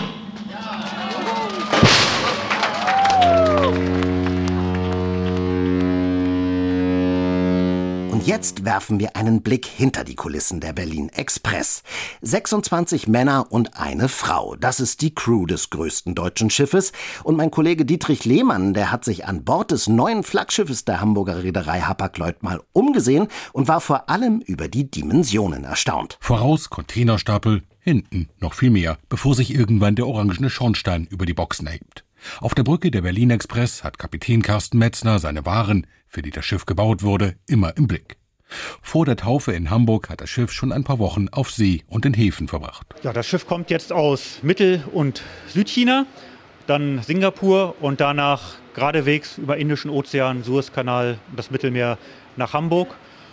Und jetzt werfen wir einen Blick hinter die Kulissen der Berlin Express. sechsundzwanzig Männer und eine Frau. Das ist die Crew des größten deutschen Schiffes. Und mein Kollege Dietrich Lehmann, der hat sich an Bord des neuen Flaggschiffes der Hamburger Reederei Hapag-Lloyd mal umgesehen und war vor allem über die Dimensionen erstaunt. Voraus Containerstapel, hinten noch viel mehr, bevor sich irgendwann der orangene Schornstein über die Boxen erhebt. Auf der Brücke der Berlin Express hat Kapitän Carsten Metzner seine Waren, für die das Schiff gebaut wurde, immer im Blick. Vor der Taufe in Hamburg hat das Schiff schon ein paar Wochen auf See und in Häfen verbracht. Ja, das Schiff kommt jetzt aus Mittel- und Südchina, dann Singapur und danach geradewegs über Indischen Ozean, Suezkanal, das Mittelmeer nach Hamburg.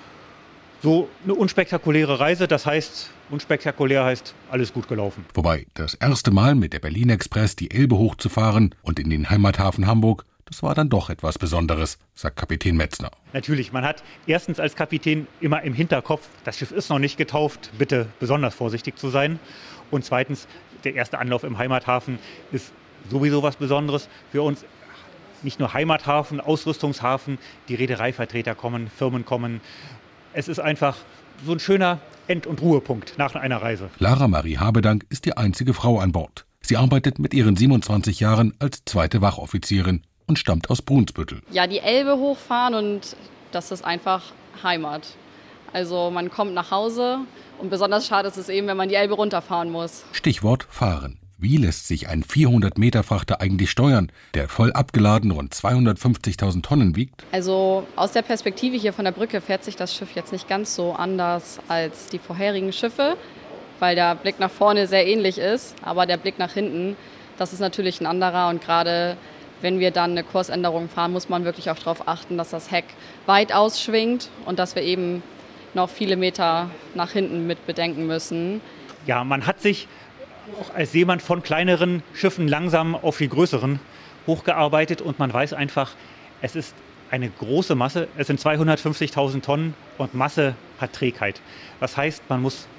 So eine unspektakuläre Reise, das heißt, unspektakulär heißt, alles gut gelaufen. Wobei, das erste Mal mit der Berlin Express die Elbe hochzufahren und in den Heimathafen Hamburg, das war dann doch etwas Besonderes, sagt Kapitän Metzner. Natürlich, man hat erstens als Kapitän immer im Hinterkopf, das Schiff ist noch nicht getauft, bitte besonders vorsichtig zu sein. Und zweitens, der erste Anlauf im Heimathafen ist sowieso was Besonderes für uns. Nicht nur Heimathafen, Ausrüstungshafen, die Reedereivertreter kommen, Firmen kommen. Es ist einfach so ein schöner End- und Ruhepunkt nach einer Reise. Lara Marie Habedank ist die einzige Frau an Bord. Sie arbeitet mit ihren siebenundzwanzig Jahren als zweite Wachoffizierin und stammt aus Brunsbüttel. Ja, die Elbe hochfahren und das ist einfach Heimat. Also man kommt nach Hause und besonders schade ist es eben, wenn man die Elbe runterfahren muss. Stichwort Fahren. Wie lässt sich ein vierhundert Meter Frachter eigentlich steuern, der voll abgeladen rund zweihundertfünfzigtausend Tonnen wiegt? Also aus der Perspektive hier von der Brücke fährt sich das Schiff jetzt nicht ganz so anders als die vorherigen Schiffe, weil der Blick nach vorne sehr ähnlich ist, aber der Blick nach hinten, das ist natürlich ein anderer und gerade wenn wir dann eine Kursänderung fahren, muss man wirklich auch darauf achten, dass das Heck weit ausschwingt und dass wir eben noch viele Meter nach hinten mit bedenken müssen. Ja, man hat sich auch als Seemann von kleineren Schiffen langsam auf die größeren hochgearbeitet und man weiß einfach, es ist eine große Masse, es sind zweihundertfünfzigtausend Tonnen und Masse hat Trägheit. Das heißt, man muss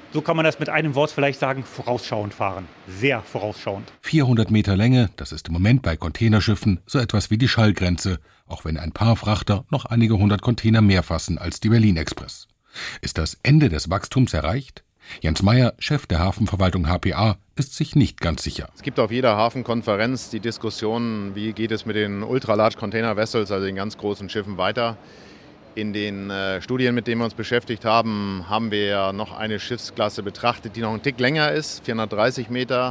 So kann man das mit einem Wort vielleicht sagen, vorausschauend fahren. Sehr vorausschauend. vierhundert Meter Länge, das ist im Moment bei Containerschiffen so etwas wie die Schallgrenze, auch wenn ein paar Frachter noch einige hundert Container mehr fassen als die Berlin Express. Ist das Ende des Wachstums erreicht? Jens Meyer, Chef der Hafenverwaltung H P A, ist sich nicht ganz sicher. Es gibt auf jeder Hafenkonferenz die Diskussion, wie geht es mit den Ultra-Large-Container-Vessels, also den ganz großen Schiffen, weiter. In den äh, Studien, mit denen wir uns beschäftigt haben, haben wir ja noch eine Schiffsklasse betrachtet, die noch einen Tick länger ist, vierhundertdreißig Meter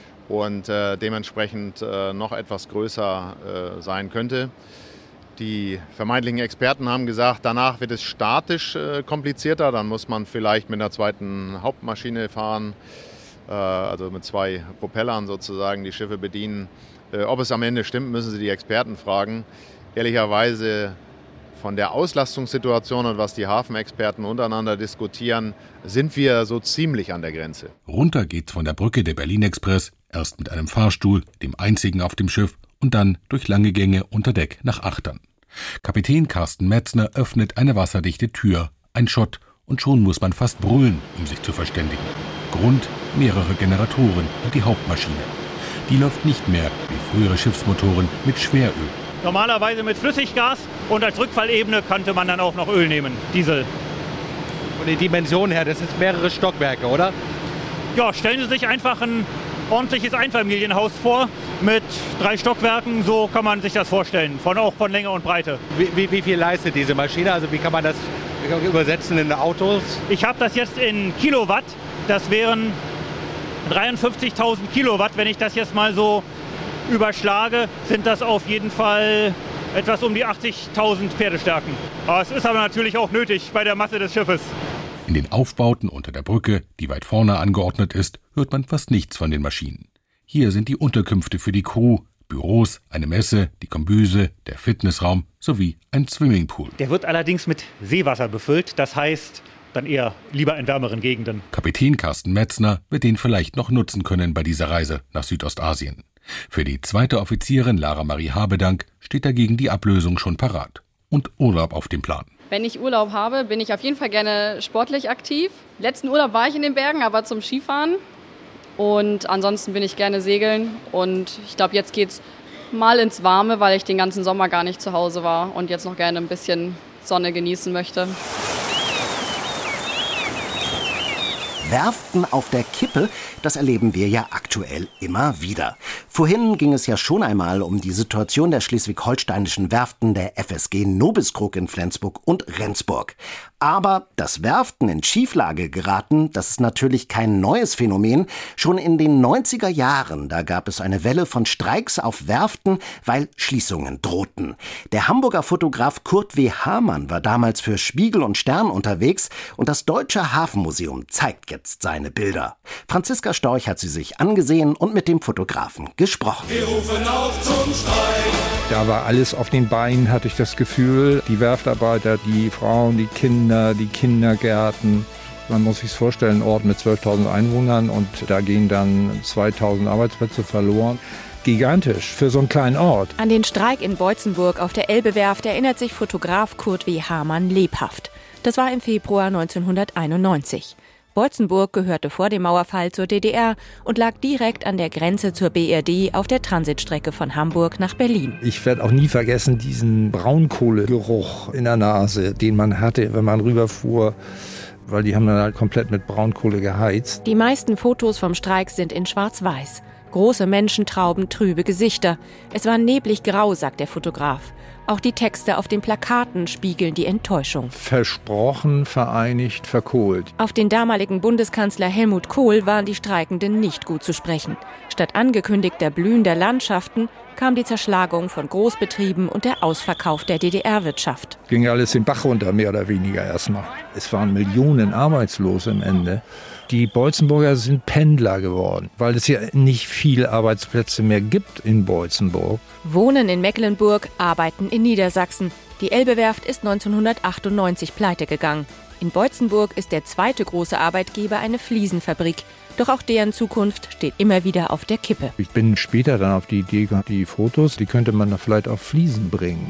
und äh, dementsprechend äh, noch etwas größer äh, sein könnte. Die vermeintlichen Experten haben gesagt, danach wird es statisch äh, komplizierter. Dann muss man vielleicht mit einer zweiten Hauptmaschine fahren, äh, also mit zwei Propellern sozusagen die Schiffe bedienen. Äh, ob es am Ende stimmt, müssen Sie die Experten fragen. Ehrlicherweise von der Auslastungssituation und was die Hafenexperten untereinander diskutieren, sind wir so ziemlich an der Grenze. Runter geht's von der Brücke der Berlin Express, erst mit einem Fahrstuhl, dem einzigen auf dem Schiff, und dann durch lange Gänge unter Deck nach Achtern. Kapitän Carsten Metzner öffnet eine wasserdichte Tür, ein Schott, und schon muss man fast brüllen, um sich zu verständigen. Grund: mehrere Generatoren und die Hauptmaschine. Die läuft nicht mehr, wie frühere Schiffsmotoren, mit Schweröl. Normalerweise mit Flüssiggas und als Rückfallebene könnte man dann auch noch Öl nehmen, Diesel. Von den Dimensionen her, das sind mehrere Stockwerke, oder? Ja, stellen Sie sich einfach ein ordentliches Einfamilienhaus vor mit drei Stockwerken, so kann man sich das vorstellen, von, auch von Länge und Breite. Wie, wie, wie viel leistet diese Maschine? Also wie kann man das übersetzen in Autos? Ich habe das jetzt in Kilowatt, das wären dreiundfünfzigtausend Kilowatt. Wenn ich das jetzt mal so überschlage, sind das auf jeden Fall etwas um die achtzigtausend Pferdestärken. Aber es ist aber natürlich auch nötig bei der Masse des Schiffes. In den Aufbauten unter der Brücke, die weit vorne angeordnet ist, hört man fast nichts von den Maschinen. Hier sind die Unterkünfte für die Crew, Büros, eine Messe, die Kombüse, der Fitnessraum sowie ein Swimmingpool. Der wird allerdings mit Seewasser befüllt, das heißt dann eher lieber in wärmeren Gegenden. Kapitän Carsten Metzner wird den vielleicht noch nutzen können bei dieser Reise nach Südostasien. Für die zweite Offizierin Lara Marie Habedank steht dagegen die Ablösung schon parat und Urlaub auf dem Plan. Wenn ich Urlaub habe, bin ich auf jeden Fall gerne sportlich aktiv. Letzten Urlaub war ich in den Bergen, aber zum Skifahren. Und ansonsten bin ich gerne segeln. Und ich glaube, jetzt geht's mal ins Warme, weil ich den ganzen Sommer gar nicht zu Hause war und jetzt noch gerne ein bisschen Sonne genießen möchte. Werften auf der Kippe, das erleben wir ja aktuell immer wieder. Vorhin ging es ja schon einmal um die Situation der schleswig-holsteinischen Werften der F S G Nobiskrug in Flensburg und Rendsburg. Aber dass Werften in Schieflage geraten, das ist natürlich kein neues Phänomen. Schon in den neunziger Jahren, da gab es eine Welle von Streiks auf Werften, weil Schließungen drohten. Der Hamburger Fotograf Kurt W. Hamann war damals für Spiegel und Stern unterwegs und das Deutsche Hafenmuseum zeigt jetzt seine Bilder. Franziska Storch hat sie sich angesehen und mit dem Fotografen gesprochen. Wir rufen auf zum Streik. Da war alles auf den Beinen, hatte ich das Gefühl. Die Werftarbeiter, die Frauen, die Kinder, die Kindergärten. Man muss sich vorstellen, ein Ort mit zwölftausend Einwohnern und da gehen dann zweitausend Arbeitsplätze verloren. Gigantisch für so einen kleinen Ort. An den Streik in Beutzenburg auf der Elbewerft erinnert sich Fotograf Kurt W. Hamann lebhaft. Das war im Februar neunzehnhunderteinundneunzig. Beutzenburg gehörte vor dem Mauerfall zur D D R und lag direkt an der Grenze zur B R D auf der Transitstrecke von Hamburg nach Berlin. Ich werde auch nie vergessen diesen Braunkohlegeruch in der Nase, den man hatte, wenn man rüberfuhr, weil die haben dann halt komplett mit Braunkohle geheizt. Die meisten Fotos vom Streik sind in Schwarz-Weiß. Große Menschentrauben, trübe Gesichter. Es war neblig grau, sagt der Fotograf. Auch die Texte auf den Plakaten spiegeln die Enttäuschung. Versprochen, vereinigt, verkohlt. Auf den damaligen Bundeskanzler Helmut Kohl waren die Streikenden nicht gut zu sprechen. Statt angekündigter blühender Landschaften kam die Zerschlagung von Großbetrieben und der Ausverkauf der D D R-Wirtschaft. Ging alles den Bach runter, mehr oder weniger erstmal. Es waren Millionen Arbeitslose am Ende. Die Beutzenburger sind Pendler geworden, weil es ja nicht viele Arbeitsplätze mehr gibt in Beutzenburg. Wohnen in Mecklenburg, arbeiten in Niedersachsen. Die Elbewerft ist neunzehnhundertachtundneunzig pleite gegangen. In Beutzenburg ist der zweite große Arbeitgeber eine Fliesenfabrik. Doch auch deren Zukunft steht immer wieder auf der Kippe. Ich bin später dann auf die Idee gehabt, die Fotos, die könnte man vielleicht auf Fliesen bringen.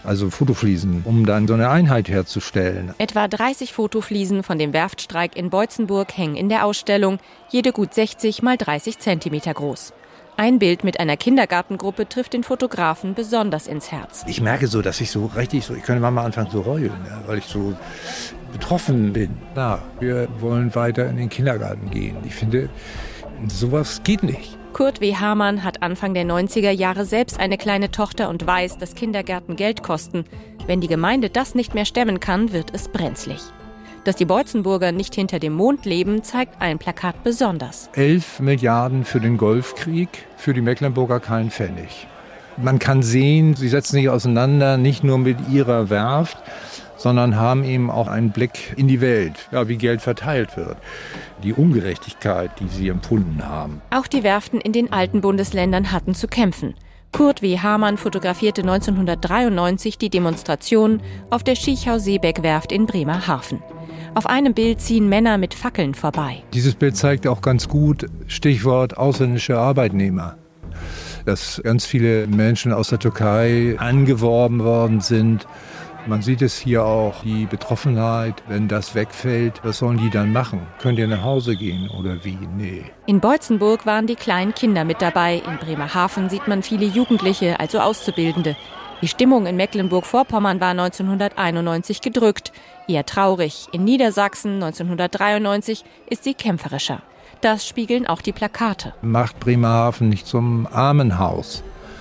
also Fotofliesen, um dann so eine Einheit herzustellen. Etwa dreißig Fotofliesen von dem Werftstreik in Boitzenburg hängen in der Ausstellung, jede gut sechzig mal dreißig Zentimeter groß. Ein Bild mit einer Kindergartengruppe trifft den Fotografen besonders ins Herz. Ich merke so, dass ich so richtig so, ich könnte mal anfangen zu heulen, ja, weil ich so betroffen bin. Na, wir wollen weiter in den Kindergarten gehen. Ich finde, sowas geht nicht. Kurt W. Hamann hat Anfang der neunziger Jahre selbst eine kleine Tochter und weiß, dass Kindergärten Geld kosten. Wenn die Gemeinde das nicht mehr stemmen kann, wird es brenzlig. Dass die Boitzenburger nicht hinter dem Mond leben, zeigt ein Plakat besonders. Elf Milliarden für den Golfkrieg, für die Mecklenburger kein Pfennig. Man kann sehen, sie setzen sich auseinander, nicht nur mit ihrer Werft, sondern haben eben auch einen Blick in die Welt, ja, wie Geld verteilt wird. Die Ungerechtigkeit, die sie empfunden haben. Auch die Werften in den alten Bundesländern hatten zu kämpfen. Kurt W. Hamann fotografierte neunzehnhundertdreiundneunzig die Demonstration auf der Schiechau-Seebeck-Werft in Bremerhaven. Auf einem Bild ziehen Männer mit Fackeln vorbei. Dieses Bild zeigt auch ganz gut, Stichwort ausländische Arbeitnehmer. Dass ganz viele Menschen aus der Türkei angeworben worden sind. Man sieht es hier auch, die Betroffenheit, wenn das wegfällt, was sollen die dann machen? Könnt ihr nach Hause gehen oder wie? Nee. In Boitzenburg waren die kleinen Kinder mit dabei. In Bremerhaven sieht man viele Jugendliche, also Auszubildende. Die Stimmung in Mecklenburg-Vorpommern war neunzehnhunderteinundneunzig gedrückt. Eher traurig. In Niedersachsen neunzehnhundertdreiundneunzig ist sie kämpferischer. Das spiegeln auch die Plakate. Macht Bremerhaven nicht zum Armenhaus.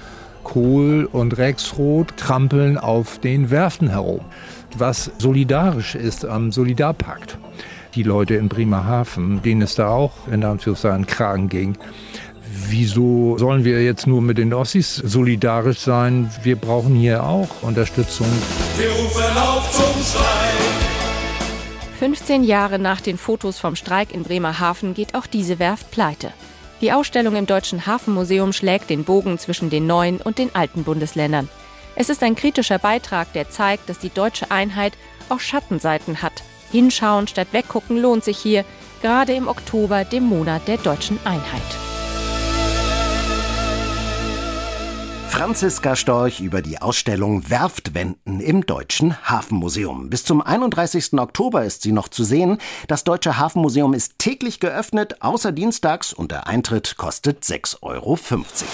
Kohl und Rexroth trampeln auf den Werften herum, was solidarisch ist am Solidarpakt. Die Leute in Bremerhaven, denen es da auch in Anführungszeichen Kragen ging. Wieso sollen wir jetzt nur mit den Ossis solidarisch sein? Wir brauchen hier auch Unterstützung. Wir rufen auf zum Streik. fünfzehn Jahre nach den Fotos vom Streik in Bremerhaven geht auch diese Werft pleite. Die Ausstellung im Deutschen Hafenmuseum schlägt den Bogen zwischen den neuen und den alten Bundesländern. Es ist ein kritischer Beitrag, der zeigt, dass die deutsche Einheit auch Schattenseiten hat. Hinschauen statt weggucken lohnt sich hier, gerade im Oktober, dem Monat der deutschen Einheit. Franziska Storch über die Ausstellung Werftwenden im Deutschen Hafenmuseum. Bis zum einunddreißigsten Oktober ist sie noch zu sehen. Das Deutsche Hafenmuseum ist täglich geöffnet, außer dienstags, und der Eintritt kostet sechs Euro fünfzig.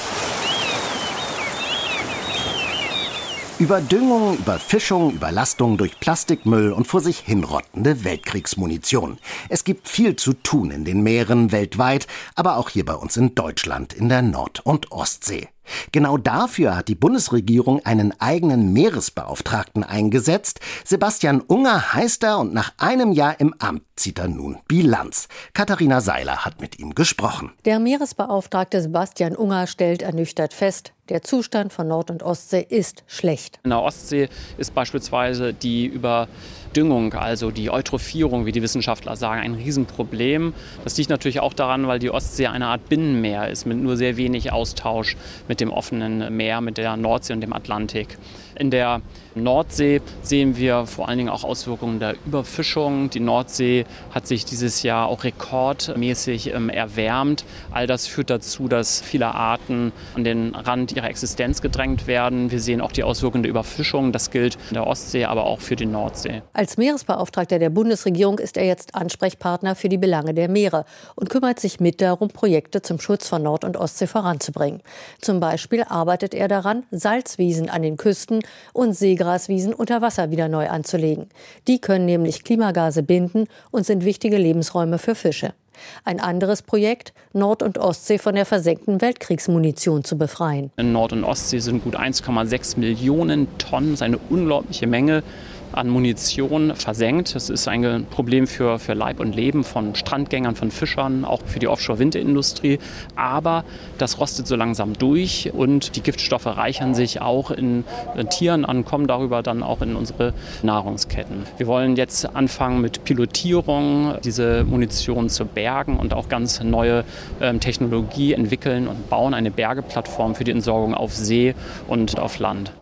Überdüngung, Überfischung, Überlastung durch Plastikmüll und vor sich hinrottende Weltkriegsmunition. Es gibt viel zu tun in den Meeren weltweit, aber auch hier bei uns in Deutschland in der Nord- und Ostsee. Genau dafür hat die Bundesregierung einen eigenen Meeresbeauftragten eingesetzt. Sebastian Unger heißt er und nach einem Jahr im Amt zieht er nun Bilanz. Katharina Seiler hat mit ihm gesprochen. Der Meeresbeauftragte Sebastian Unger stellt ernüchtert fest, der Zustand von Nord- und Ostsee ist schlecht. In der Ostsee ist beispielsweise die Überdüngung, also die Eutrophierung, wie die Wissenschaftler sagen, ein Riesenproblem. Das liegt natürlich auch daran, weil die Ostsee eine Art Binnenmeer ist, mit nur sehr wenig Austausch mit dem offenen Meer, mit der Nordsee und dem Atlantik. In der Nordsee sehen wir vor allen Dingen auch Auswirkungen der Überfischung. Die Nordsee hat sich dieses Jahr auch rekordmäßig ähm, erwärmt. All das führt dazu, dass viele Arten an den Rand ihrer Existenz gedrängt werden. Wir sehen auch die Auswirkungen der Überfischung. Das gilt in der Ostsee, aber auch für die Nordsee. Als Meeresbeauftragter der Bundesregierung ist er jetzt Ansprechpartner für die Belange der Meere und kümmert sich mit darum, Projekte zum Schutz von Nord- und Ostsee voranzubringen. Zum Beispiel arbeitet er daran, Salzwiesen an den Küsten und Seegraswiesen unter Wasser wieder neu anzulegen. Die können nämlich Klimagase binden und sind wichtige Lebensräume für Fische. Ein anderes Projekt, Nord- und Ostsee von der versenkten Weltkriegsmunition zu befreien. In Nord- und Ostsee sind gut eins Komma sechs Millionen Tonnen, das ist eine unglaubliche Menge an Munition versenkt. Das ist ein Problem für, für Leib und Leben von Strandgängern, von Fischern, auch für die Offshore-Windindustrie. Aber das rostet so langsam durch und die Giftstoffe reichern sich auch in, in Tieren an, kommen darüber dann auch in unsere Nahrungsketten. Wir wollen jetzt anfangen mit Pilotierung, diese Munition zu bergen und auch ganz neue ähm, Technologie entwickeln und bauen, eine Bergeplattform für die Entsorgung auf See und auf Land.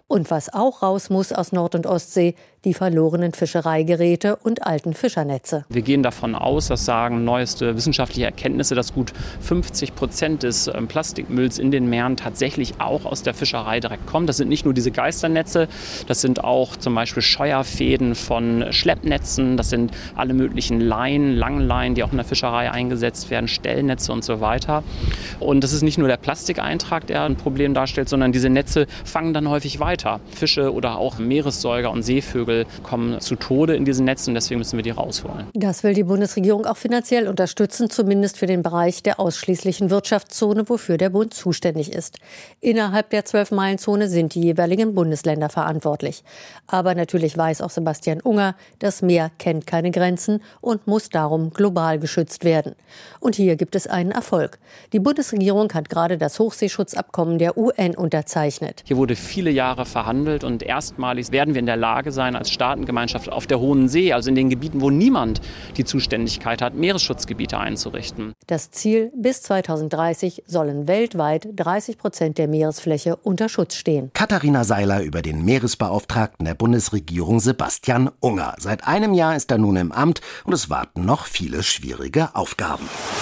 Und was auch raus muss aus Nord- und Ostsee, die verlorenen Fischereigeräte und alten Fischernetze. Wir gehen davon aus, das sagen neueste wissenschaftliche Erkenntnisse, dass gut fünfzig Prozent des Plastikmülls in den Meeren tatsächlich auch aus der Fischerei direkt kommt. Das sind nicht nur diese Geisternetze, das sind auch zum Beispiel Scheuerfäden von Schleppnetzen, das sind alle möglichen Leinen, Langleinen, die auch in der Fischerei eingesetzt werden, Stellnetze und so weiter. Und das ist nicht nur der Plastikeintrag, der ein Problem darstellt, sondern diese Netze fangen dann häufig weiter. Fische oder auch Meeressäuger und Seevögel kommen zu Tode in diesen Netzen, deswegen müssen wir die rausholen. Das will die Bundesregierung auch finanziell unterstützen, zumindest für den Bereich der ausschließlichen Wirtschaftszone, wofür der Bund zuständig ist. Innerhalb der zwölf-Meilen-Zone sind die jeweiligen Bundesländer verantwortlich. Aber natürlich weiß auch Sebastian Unger, das Meer kennt keine Grenzen und muss darum global geschützt werden. Und hier gibt es einen Erfolg. Die Bundesregierung hat gerade das Hochseeschutzabkommen der U N unterzeichnet. Hier wurde viele Jahre verhandelt und erstmalig werden wir in der Lage sein, als Staatengemeinschaft auf der Hohen See, also in den Gebieten, wo niemand die Zuständigkeit hat, Meeresschutzgebiete einzurichten. Das Ziel, bis zweitausenddreißig sollen weltweit dreißig Prozent der Meeresfläche unter Schutz stehen. Katharina Seiler über den Meeresbeauftragten der Bundesregierung Sebastian Unger. Seit einem Jahr ist er nun im Amt und es warten noch viele schwierige Aufgaben.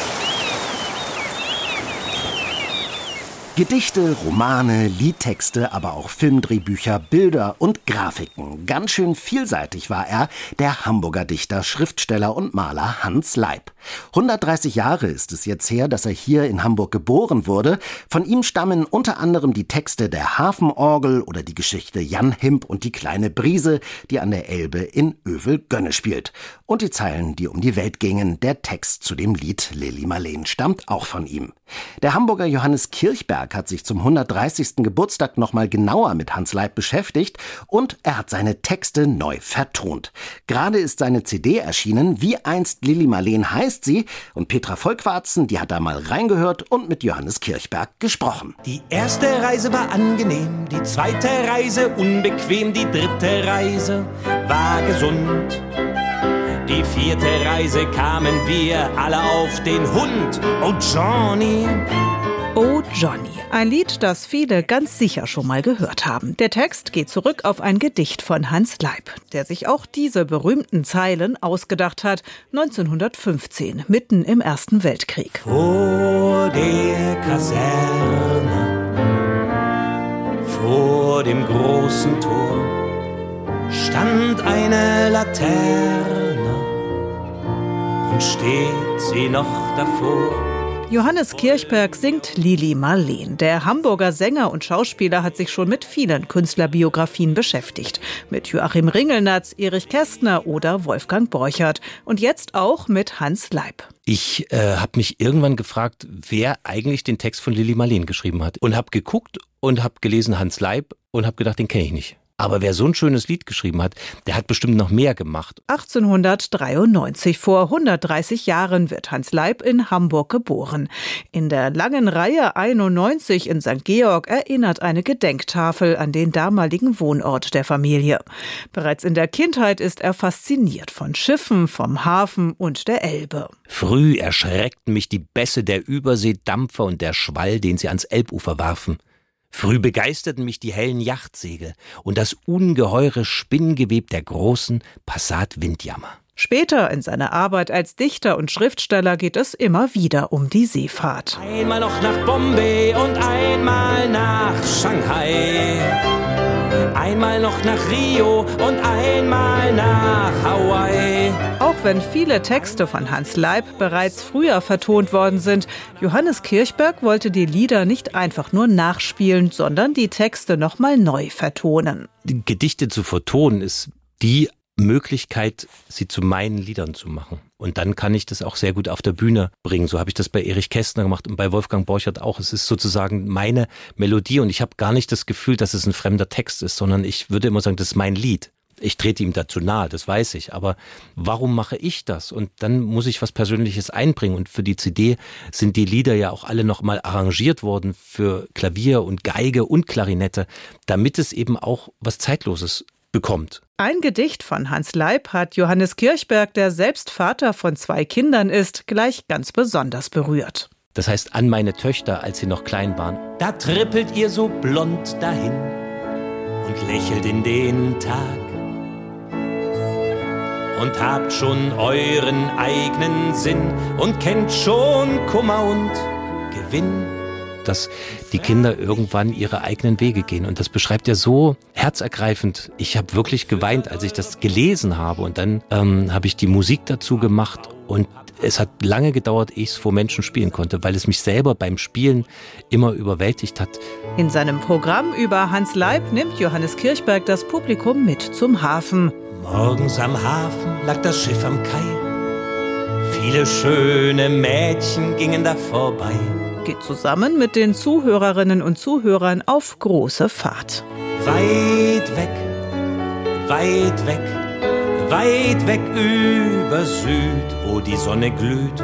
Gedichte, Romane, Liedtexte, aber auch Filmdrehbücher, Bilder und Grafiken. Ganz schön vielseitig war er, der Hamburger Dichter, Schriftsteller und Maler Hans Leib. hundertdreißig Jahre ist es jetzt her, dass er hier in Hamburg geboren wurde. Von ihm stammen unter anderem die Texte der Hafenorgel oder die Geschichte Jan Himp und die kleine Brise, die an der Elbe in Övel-Gönne spielt. Und die Zeilen, die um die Welt gingen. Der Text zu dem Lied Lili Marleen stammt auch von ihm. Der Hamburger Johannes Kirchberg hat sich zum hundertdreißigsten Geburtstag noch mal genauer mit Hans Leib beschäftigt und er hat seine Texte neu vertont. Gerade ist seine C D erschienen, Wie einst Lili Marleen heißt sie, und Petra Volkwarzen, die hat da mal reingehört und mit Johannes Kirchberg gesprochen. Die erste Reise war angenehm, die zweite Reise unbequem, die dritte Reise war gesund. Die vierte Reise kamen wir alle auf den Hund. Oh Johnny. Oh Johnny, ein Lied, das viele ganz sicher schon mal gehört haben. Der Text geht zurück auf ein Gedicht von Hans Leib, der sich auch diese berühmten Zeilen ausgedacht hat, neunzehnhundertfünfzehn, mitten im Ersten Weltkrieg. Vor der Kaserne, vor dem großen Tor, stand eine Laterne und steht sie noch davor. Johannes Kirchberg singt Lili Marleen. Der Hamburger Sänger und Schauspieler hat sich schon mit vielen Künstlerbiografien beschäftigt. Mit Joachim Ringelnatz, Erich Kästner oder Wolfgang Borchert. Und jetzt auch mit Hans Leib. Ich äh, habe mich irgendwann gefragt, wer eigentlich den Text von Lili Marleen geschrieben hat. Und habe geguckt und habe gelesen Hans Leib und habe gedacht, den kenne ich nicht. Aber wer so ein schönes Lied geschrieben hat, der hat bestimmt noch mehr gemacht. achtzehnhundertdreiundneunzig, vor hundertdreißig Jahren, wird Hans Leib in Hamburg geboren. In der langen Reihe einundneunzig in Sankt Georg erinnert eine Gedenktafel an den damaligen Wohnort der Familie. Bereits in der Kindheit ist er fasziniert von Schiffen, vom Hafen und der Elbe. Früh erschreckten mich die Bässe der Überseedampfer und der Schwall, den sie ans Elbufer warfen. Früh begeisterten mich die hellen Yachtsegel und das ungeheure Spinngeweb der großen Passat-Windjammer. Später in seiner Arbeit als Dichter und Schriftsteller geht es immer wieder um die Seefahrt. Einmal noch nach Bombay und einmal nach Shanghai. Einmal noch nach Rio und einmal nach Hawaii. Auch wenn viele Texte von Hans Leib bereits früher vertont worden sind, Johannes Kirchberg wollte die Lieder nicht einfach nur nachspielen, sondern die Texte nochmal neu vertonen. Die Gedichte zu vertonen ist die Möglichkeit, sie zu meinen Liedern zu machen. Und dann kann ich das auch sehr gut auf der Bühne bringen. So habe ich das bei Erich Kästner gemacht und bei Wolfgang Borchert auch. Es ist sozusagen meine Melodie und ich habe gar nicht das Gefühl, dass es ein fremder Text ist, sondern ich würde immer sagen, das ist mein Lied. Ich trete ihm dazu nahe, das weiß ich. Aber warum mache ich das? Und dann muss ich was Persönliches einbringen. Und für die C D sind die Lieder ja auch alle nochmal arrangiert worden für Klavier und Geige und Klarinette, damit es eben auch was Zeitloses bekommt. Ein Gedicht von Hans Leib hat Johannes Kirchberg, der selbst Vater von zwei Kindern ist, gleich ganz besonders berührt. Das heißt, an meine Töchter, als sie noch klein waren. Da trippelt ihr so blond dahin und lächelt in den Tag. Und habt schon euren eigenen Sinn und kennt schon Kummer und Gewinn. Dass die Kinder irgendwann ihre eigenen Wege gehen. Und das beschreibt er so herzergreifend. Ich habe wirklich geweint, als ich das gelesen habe. Und dann ähm, habe ich die Musik dazu gemacht. Und es hat lange gedauert, ehe ich es vor Menschen spielen konnte, weil es mich selber beim Spielen immer überwältigt hat. In seinem Programm über Hans Leib nimmt Johannes Kirchberg das Publikum mit zum Hafen. Morgens am Hafen lag das Schiff am Kai. Viele schöne Mädchen gingen da vorbei. Geht zusammen mit den Zuhörerinnen und Zuhörern auf große Fahrt. Weit weg, weit weg, weit weg über Süd, wo die Sonne glüht.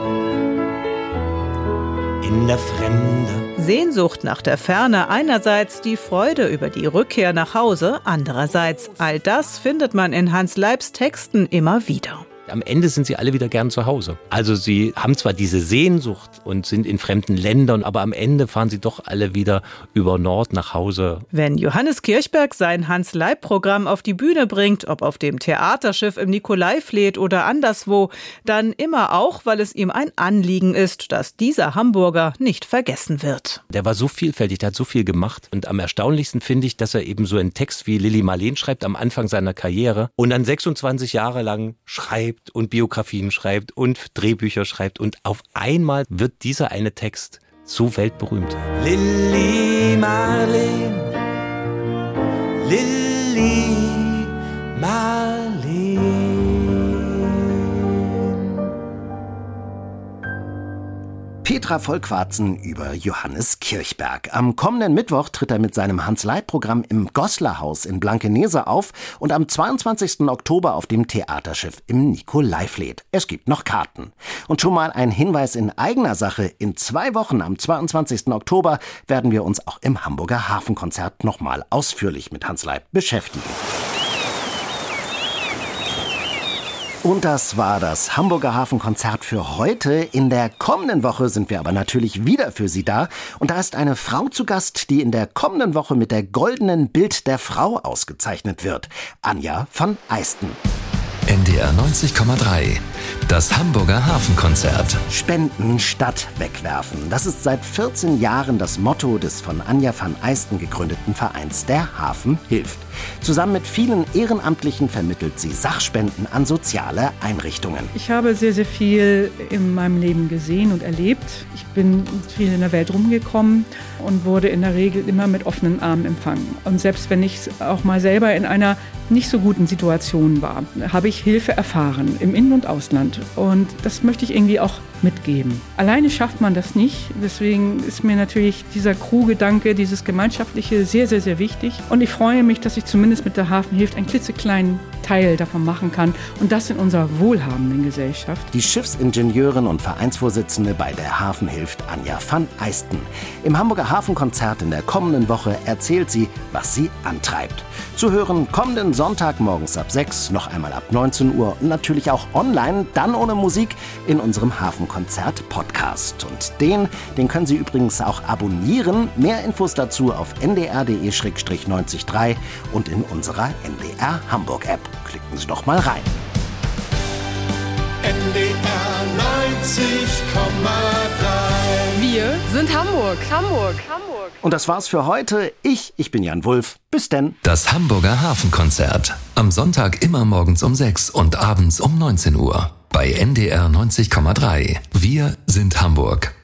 In der Fremde. Sehnsucht nach der Ferne einerseits, die Freude über die Rückkehr nach Hause andererseits. All das findet man in Hans Leibs Texten immer wieder. Am Ende sind sie alle wieder gern zu Hause. Also sie haben zwar diese Sehnsucht und sind in fremden Ländern, aber am Ende fahren sie doch alle wieder über Nord nach Hause. Wenn Johannes Kirchberg sein Hans-Leib-Programm auf die Bühne bringt, ob auf dem Theaterschiff im Nikolaifleet oder anderswo, dann immer auch, weil es ihm ein Anliegen ist, dass dieser Hamburger nicht vergessen wird. Der war so vielfältig, der hat so viel gemacht. Und am erstaunlichsten finde ich, dass er eben so einen Text wie Lili Marleen schreibt am Anfang seiner Karriere und dann sechsundzwanzig Jahre lang schreibt und Biografien schreibt und Drehbücher schreibt und auf einmal wird dieser eine Text so weltberühmt. Lili Marleen, Lili Marleen. Petra Vollquarzen über Johannes Kirchberg. Am kommenden Mittwoch tritt er mit seinem Hans-Leib-Programm im Goslarhaus in Blankenese auf und am zweiundzwanzigsten Oktober auf dem Theaterschiff im Nikolaifleet. Es gibt noch Karten. Und schon mal ein Hinweis in eigener Sache. In zwei Wochen, am zweiundzwanzigsten Oktober, werden wir uns auch im Hamburger Hafenkonzert nochmal ausführlich mit Hans Leib beschäftigen. Und das war das Hamburger Hafenkonzert für heute. In der kommenden Woche sind wir aber natürlich wieder für Sie da. Und da ist eine Frau zu Gast, die in der kommenden Woche mit der goldenen Bild der Frau ausgezeichnet wird. Anja van Eisten. N D R neunzig Komma drei. Das Hamburger Hafenkonzert. Spenden statt wegwerfen. Das ist seit vierzehn Jahren das Motto des von Anja van Eisten gegründeten Vereins Der Hafen hilft. Zusammen mit vielen Ehrenamtlichen vermittelt sie Sachspenden an soziale Einrichtungen. Ich habe sehr, sehr viel in meinem Leben gesehen und erlebt. Ich bin viel in der Welt rumgekommen und wurde in der Regel immer mit offenen Armen empfangen. Und selbst wenn ich auch mal selber in einer nicht so guten Situation war, habe ich Hilfe erfahren, im In- und Ausland. Und das möchte ich irgendwie auch mitgeben. Alleine schafft man das nicht. Deswegen ist mir natürlich dieser Crew-Gedanke, dieses Gemeinschaftliche sehr, sehr, sehr wichtig. Und ich freue mich, dass ich zumindest mit der Hafen hilft einen klitzekleinen Teil davon machen kann. Und das in unserer wohlhabenden Gesellschaft. Die Schiffsingenieurin und Vereinsvorsitzende bei der Hafen hilft, Anja van Eisten. Im Hamburger Hafenkonzert in der kommenden Woche erzählt sie, was sie antreibt. Zu hören kommenden Sonntag morgens ab sechs, noch einmal ab neunzehn Uhr und natürlich auch online, dann ohne Musik, in unserem Hafenkonzert-Podcast. Und den, den können Sie übrigens auch abonnieren. Mehr Infos dazu auf n d r punkt d e neunzig Komma drei und in unserer N D R Hamburg-App. Klicken Sie doch mal rein. N D R neunzig Komma drei. Wir sind Hamburg, Hamburg, Hamburg. Und das war's für heute. Ich, ich bin Jan Wulff. Bis denn. Das Hamburger Hafenkonzert. Am Sonntag immer morgens um sechs und abends um neunzehn Uhr. Bei N D R neunzig Komma drei. Wir sind Hamburg.